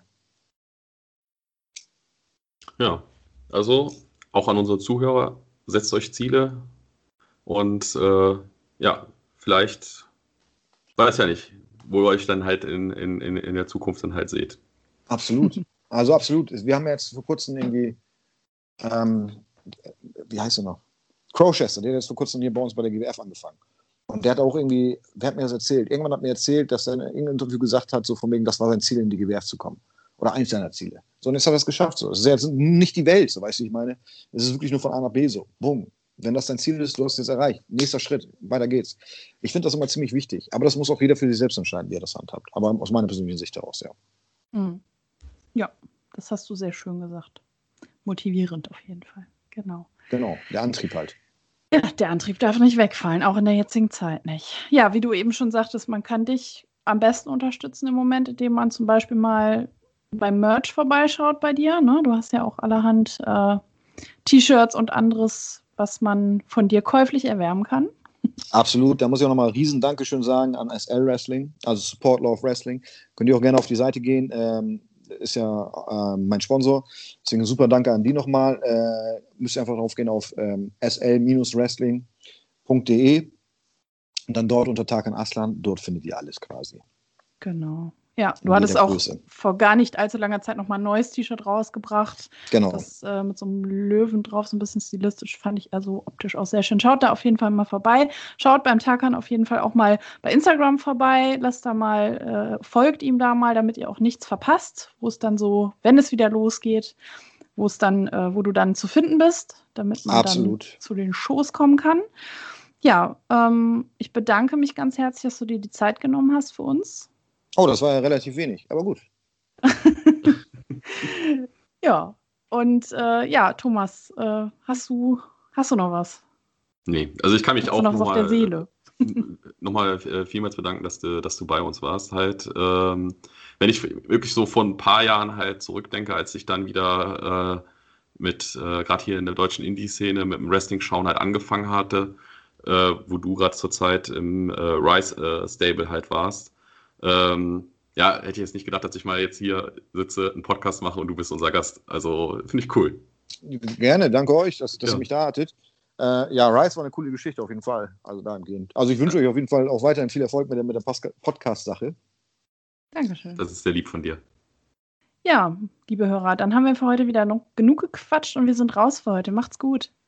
Ja, also auch an unsere Zuhörer, setzt euch Ziele und äh, ja, vielleicht, weiß ja nicht, wo ihr euch dann halt in, in, in der Zukunft dann halt seht. Absolut, also absolut. Wir haben ja jetzt vor kurzem irgendwie, ähm, wie heißt er noch? Crowchester, der hat jetzt vor kurzem hier bei uns bei der G W F angefangen. Und der hat auch irgendwie, wer hat mir das erzählt? Irgendwann hat mir erzählt, dass er in irgendeinem Interview gesagt hat, so von wegen, das war sein Ziel, in die G W F zu kommen. Oder eins seiner Ziele. So, und jetzt hat er es geschafft. So. Das ist jetzt nicht die Welt, so weißt du, ich meine. Es ist wirklich nur von A nach B so. Bumm. Wenn das dein Ziel ist, du hast es jetzt erreicht. Nächster Schritt, weiter geht's. Ich finde das immer ziemlich wichtig. Aber das muss auch jeder für sich selbst entscheiden, wie er das handhabt. Aber aus meiner persönlichen Sicht heraus, ja. Mhm. Ja, das hast du sehr schön gesagt. Motivierend auf jeden Fall. Genau. Genau, der Antrieb halt. Ja, der Antrieb darf nicht wegfallen, auch in der jetzigen Zeit nicht. Ja, wie du eben schon sagtest, man kann dich am besten unterstützen im Moment, indem man zum Beispiel mal beim Merch vorbeischaut bei dir. Ne? Du hast ja auch allerhand äh, T-Shirts und anderes, was man von dir käuflich erwärmen kann. Absolut, da muss ich auch nochmal ein riesen Dankeschön sagen an S L Wrestling, also Support Love Wrestling. Könnt ihr auch gerne auf die Seite gehen, ähm, ist ja äh, mein Sponsor. Deswegen super Danke an die nochmal. Äh, müsst ihr einfach drauf gehen auf ähm, s l wrestling punkt d e und dann dort unter Tarkan Aslan, dort findet ihr alles quasi. Genau. Ja, du hattest auch Größe. Vor gar nicht allzu langer Zeit nochmal ein neues T-Shirt rausgebracht. Genau. Das äh, mit so einem Löwen drauf, so ein bisschen stilistisch, fand ich also optisch auch sehr schön. Schaut da auf jeden Fall mal vorbei. Schaut beim Tarkan auf jeden Fall auch mal bei Instagram vorbei. Lasst da mal, äh, folgt ihm da mal, damit ihr auch nichts verpasst, wo es dann so, wenn es wieder losgeht, wo es dann, äh, wo du dann zu finden bist, damit man Absolut. dann zu den Shows kommen kann. Ja, ähm, ich bedanke mich ganz herzlich, dass du dir die Zeit genommen hast für uns. Oh, das war ja relativ wenig, aber gut. Ja, und äh, ja, Thomas, äh, hast du, hast du noch was? Nee, also ich kann mich hast auch du noch was noch auf mal, der Seele? nochmal äh, vielmals bedanken, dass du, dass du bei uns warst halt. Ähm, wenn ich wirklich so vor ein paar Jahren halt zurückdenke, als ich dann wieder äh, mit, äh, gerade hier in der deutschen Indie-Szene, mit dem Wrestling-Schauen halt angefangen hatte, äh, wo du gerade zur Zeit im äh, Rise-Stable äh, halt warst. Ähm, ja, hätte ich jetzt nicht gedacht, dass ich mal jetzt hier sitze, einen Podcast mache und du bist unser Gast. Also finde ich cool. Gerne, danke euch, dass, dass ja. ihr mich da hattet. Äh, ja, Rise war eine coole Geschichte auf jeden Fall. Also dahingehend. Also ich wünsche ja. euch auf jeden Fall auch weiterhin viel Erfolg mit der, mit der Podcast-Sache. Dankeschön. Das ist sehr lieb von dir. Ja, liebe Hörer, dann haben wir für heute wieder noch genug gequatscht und wir sind raus für heute. Macht's gut.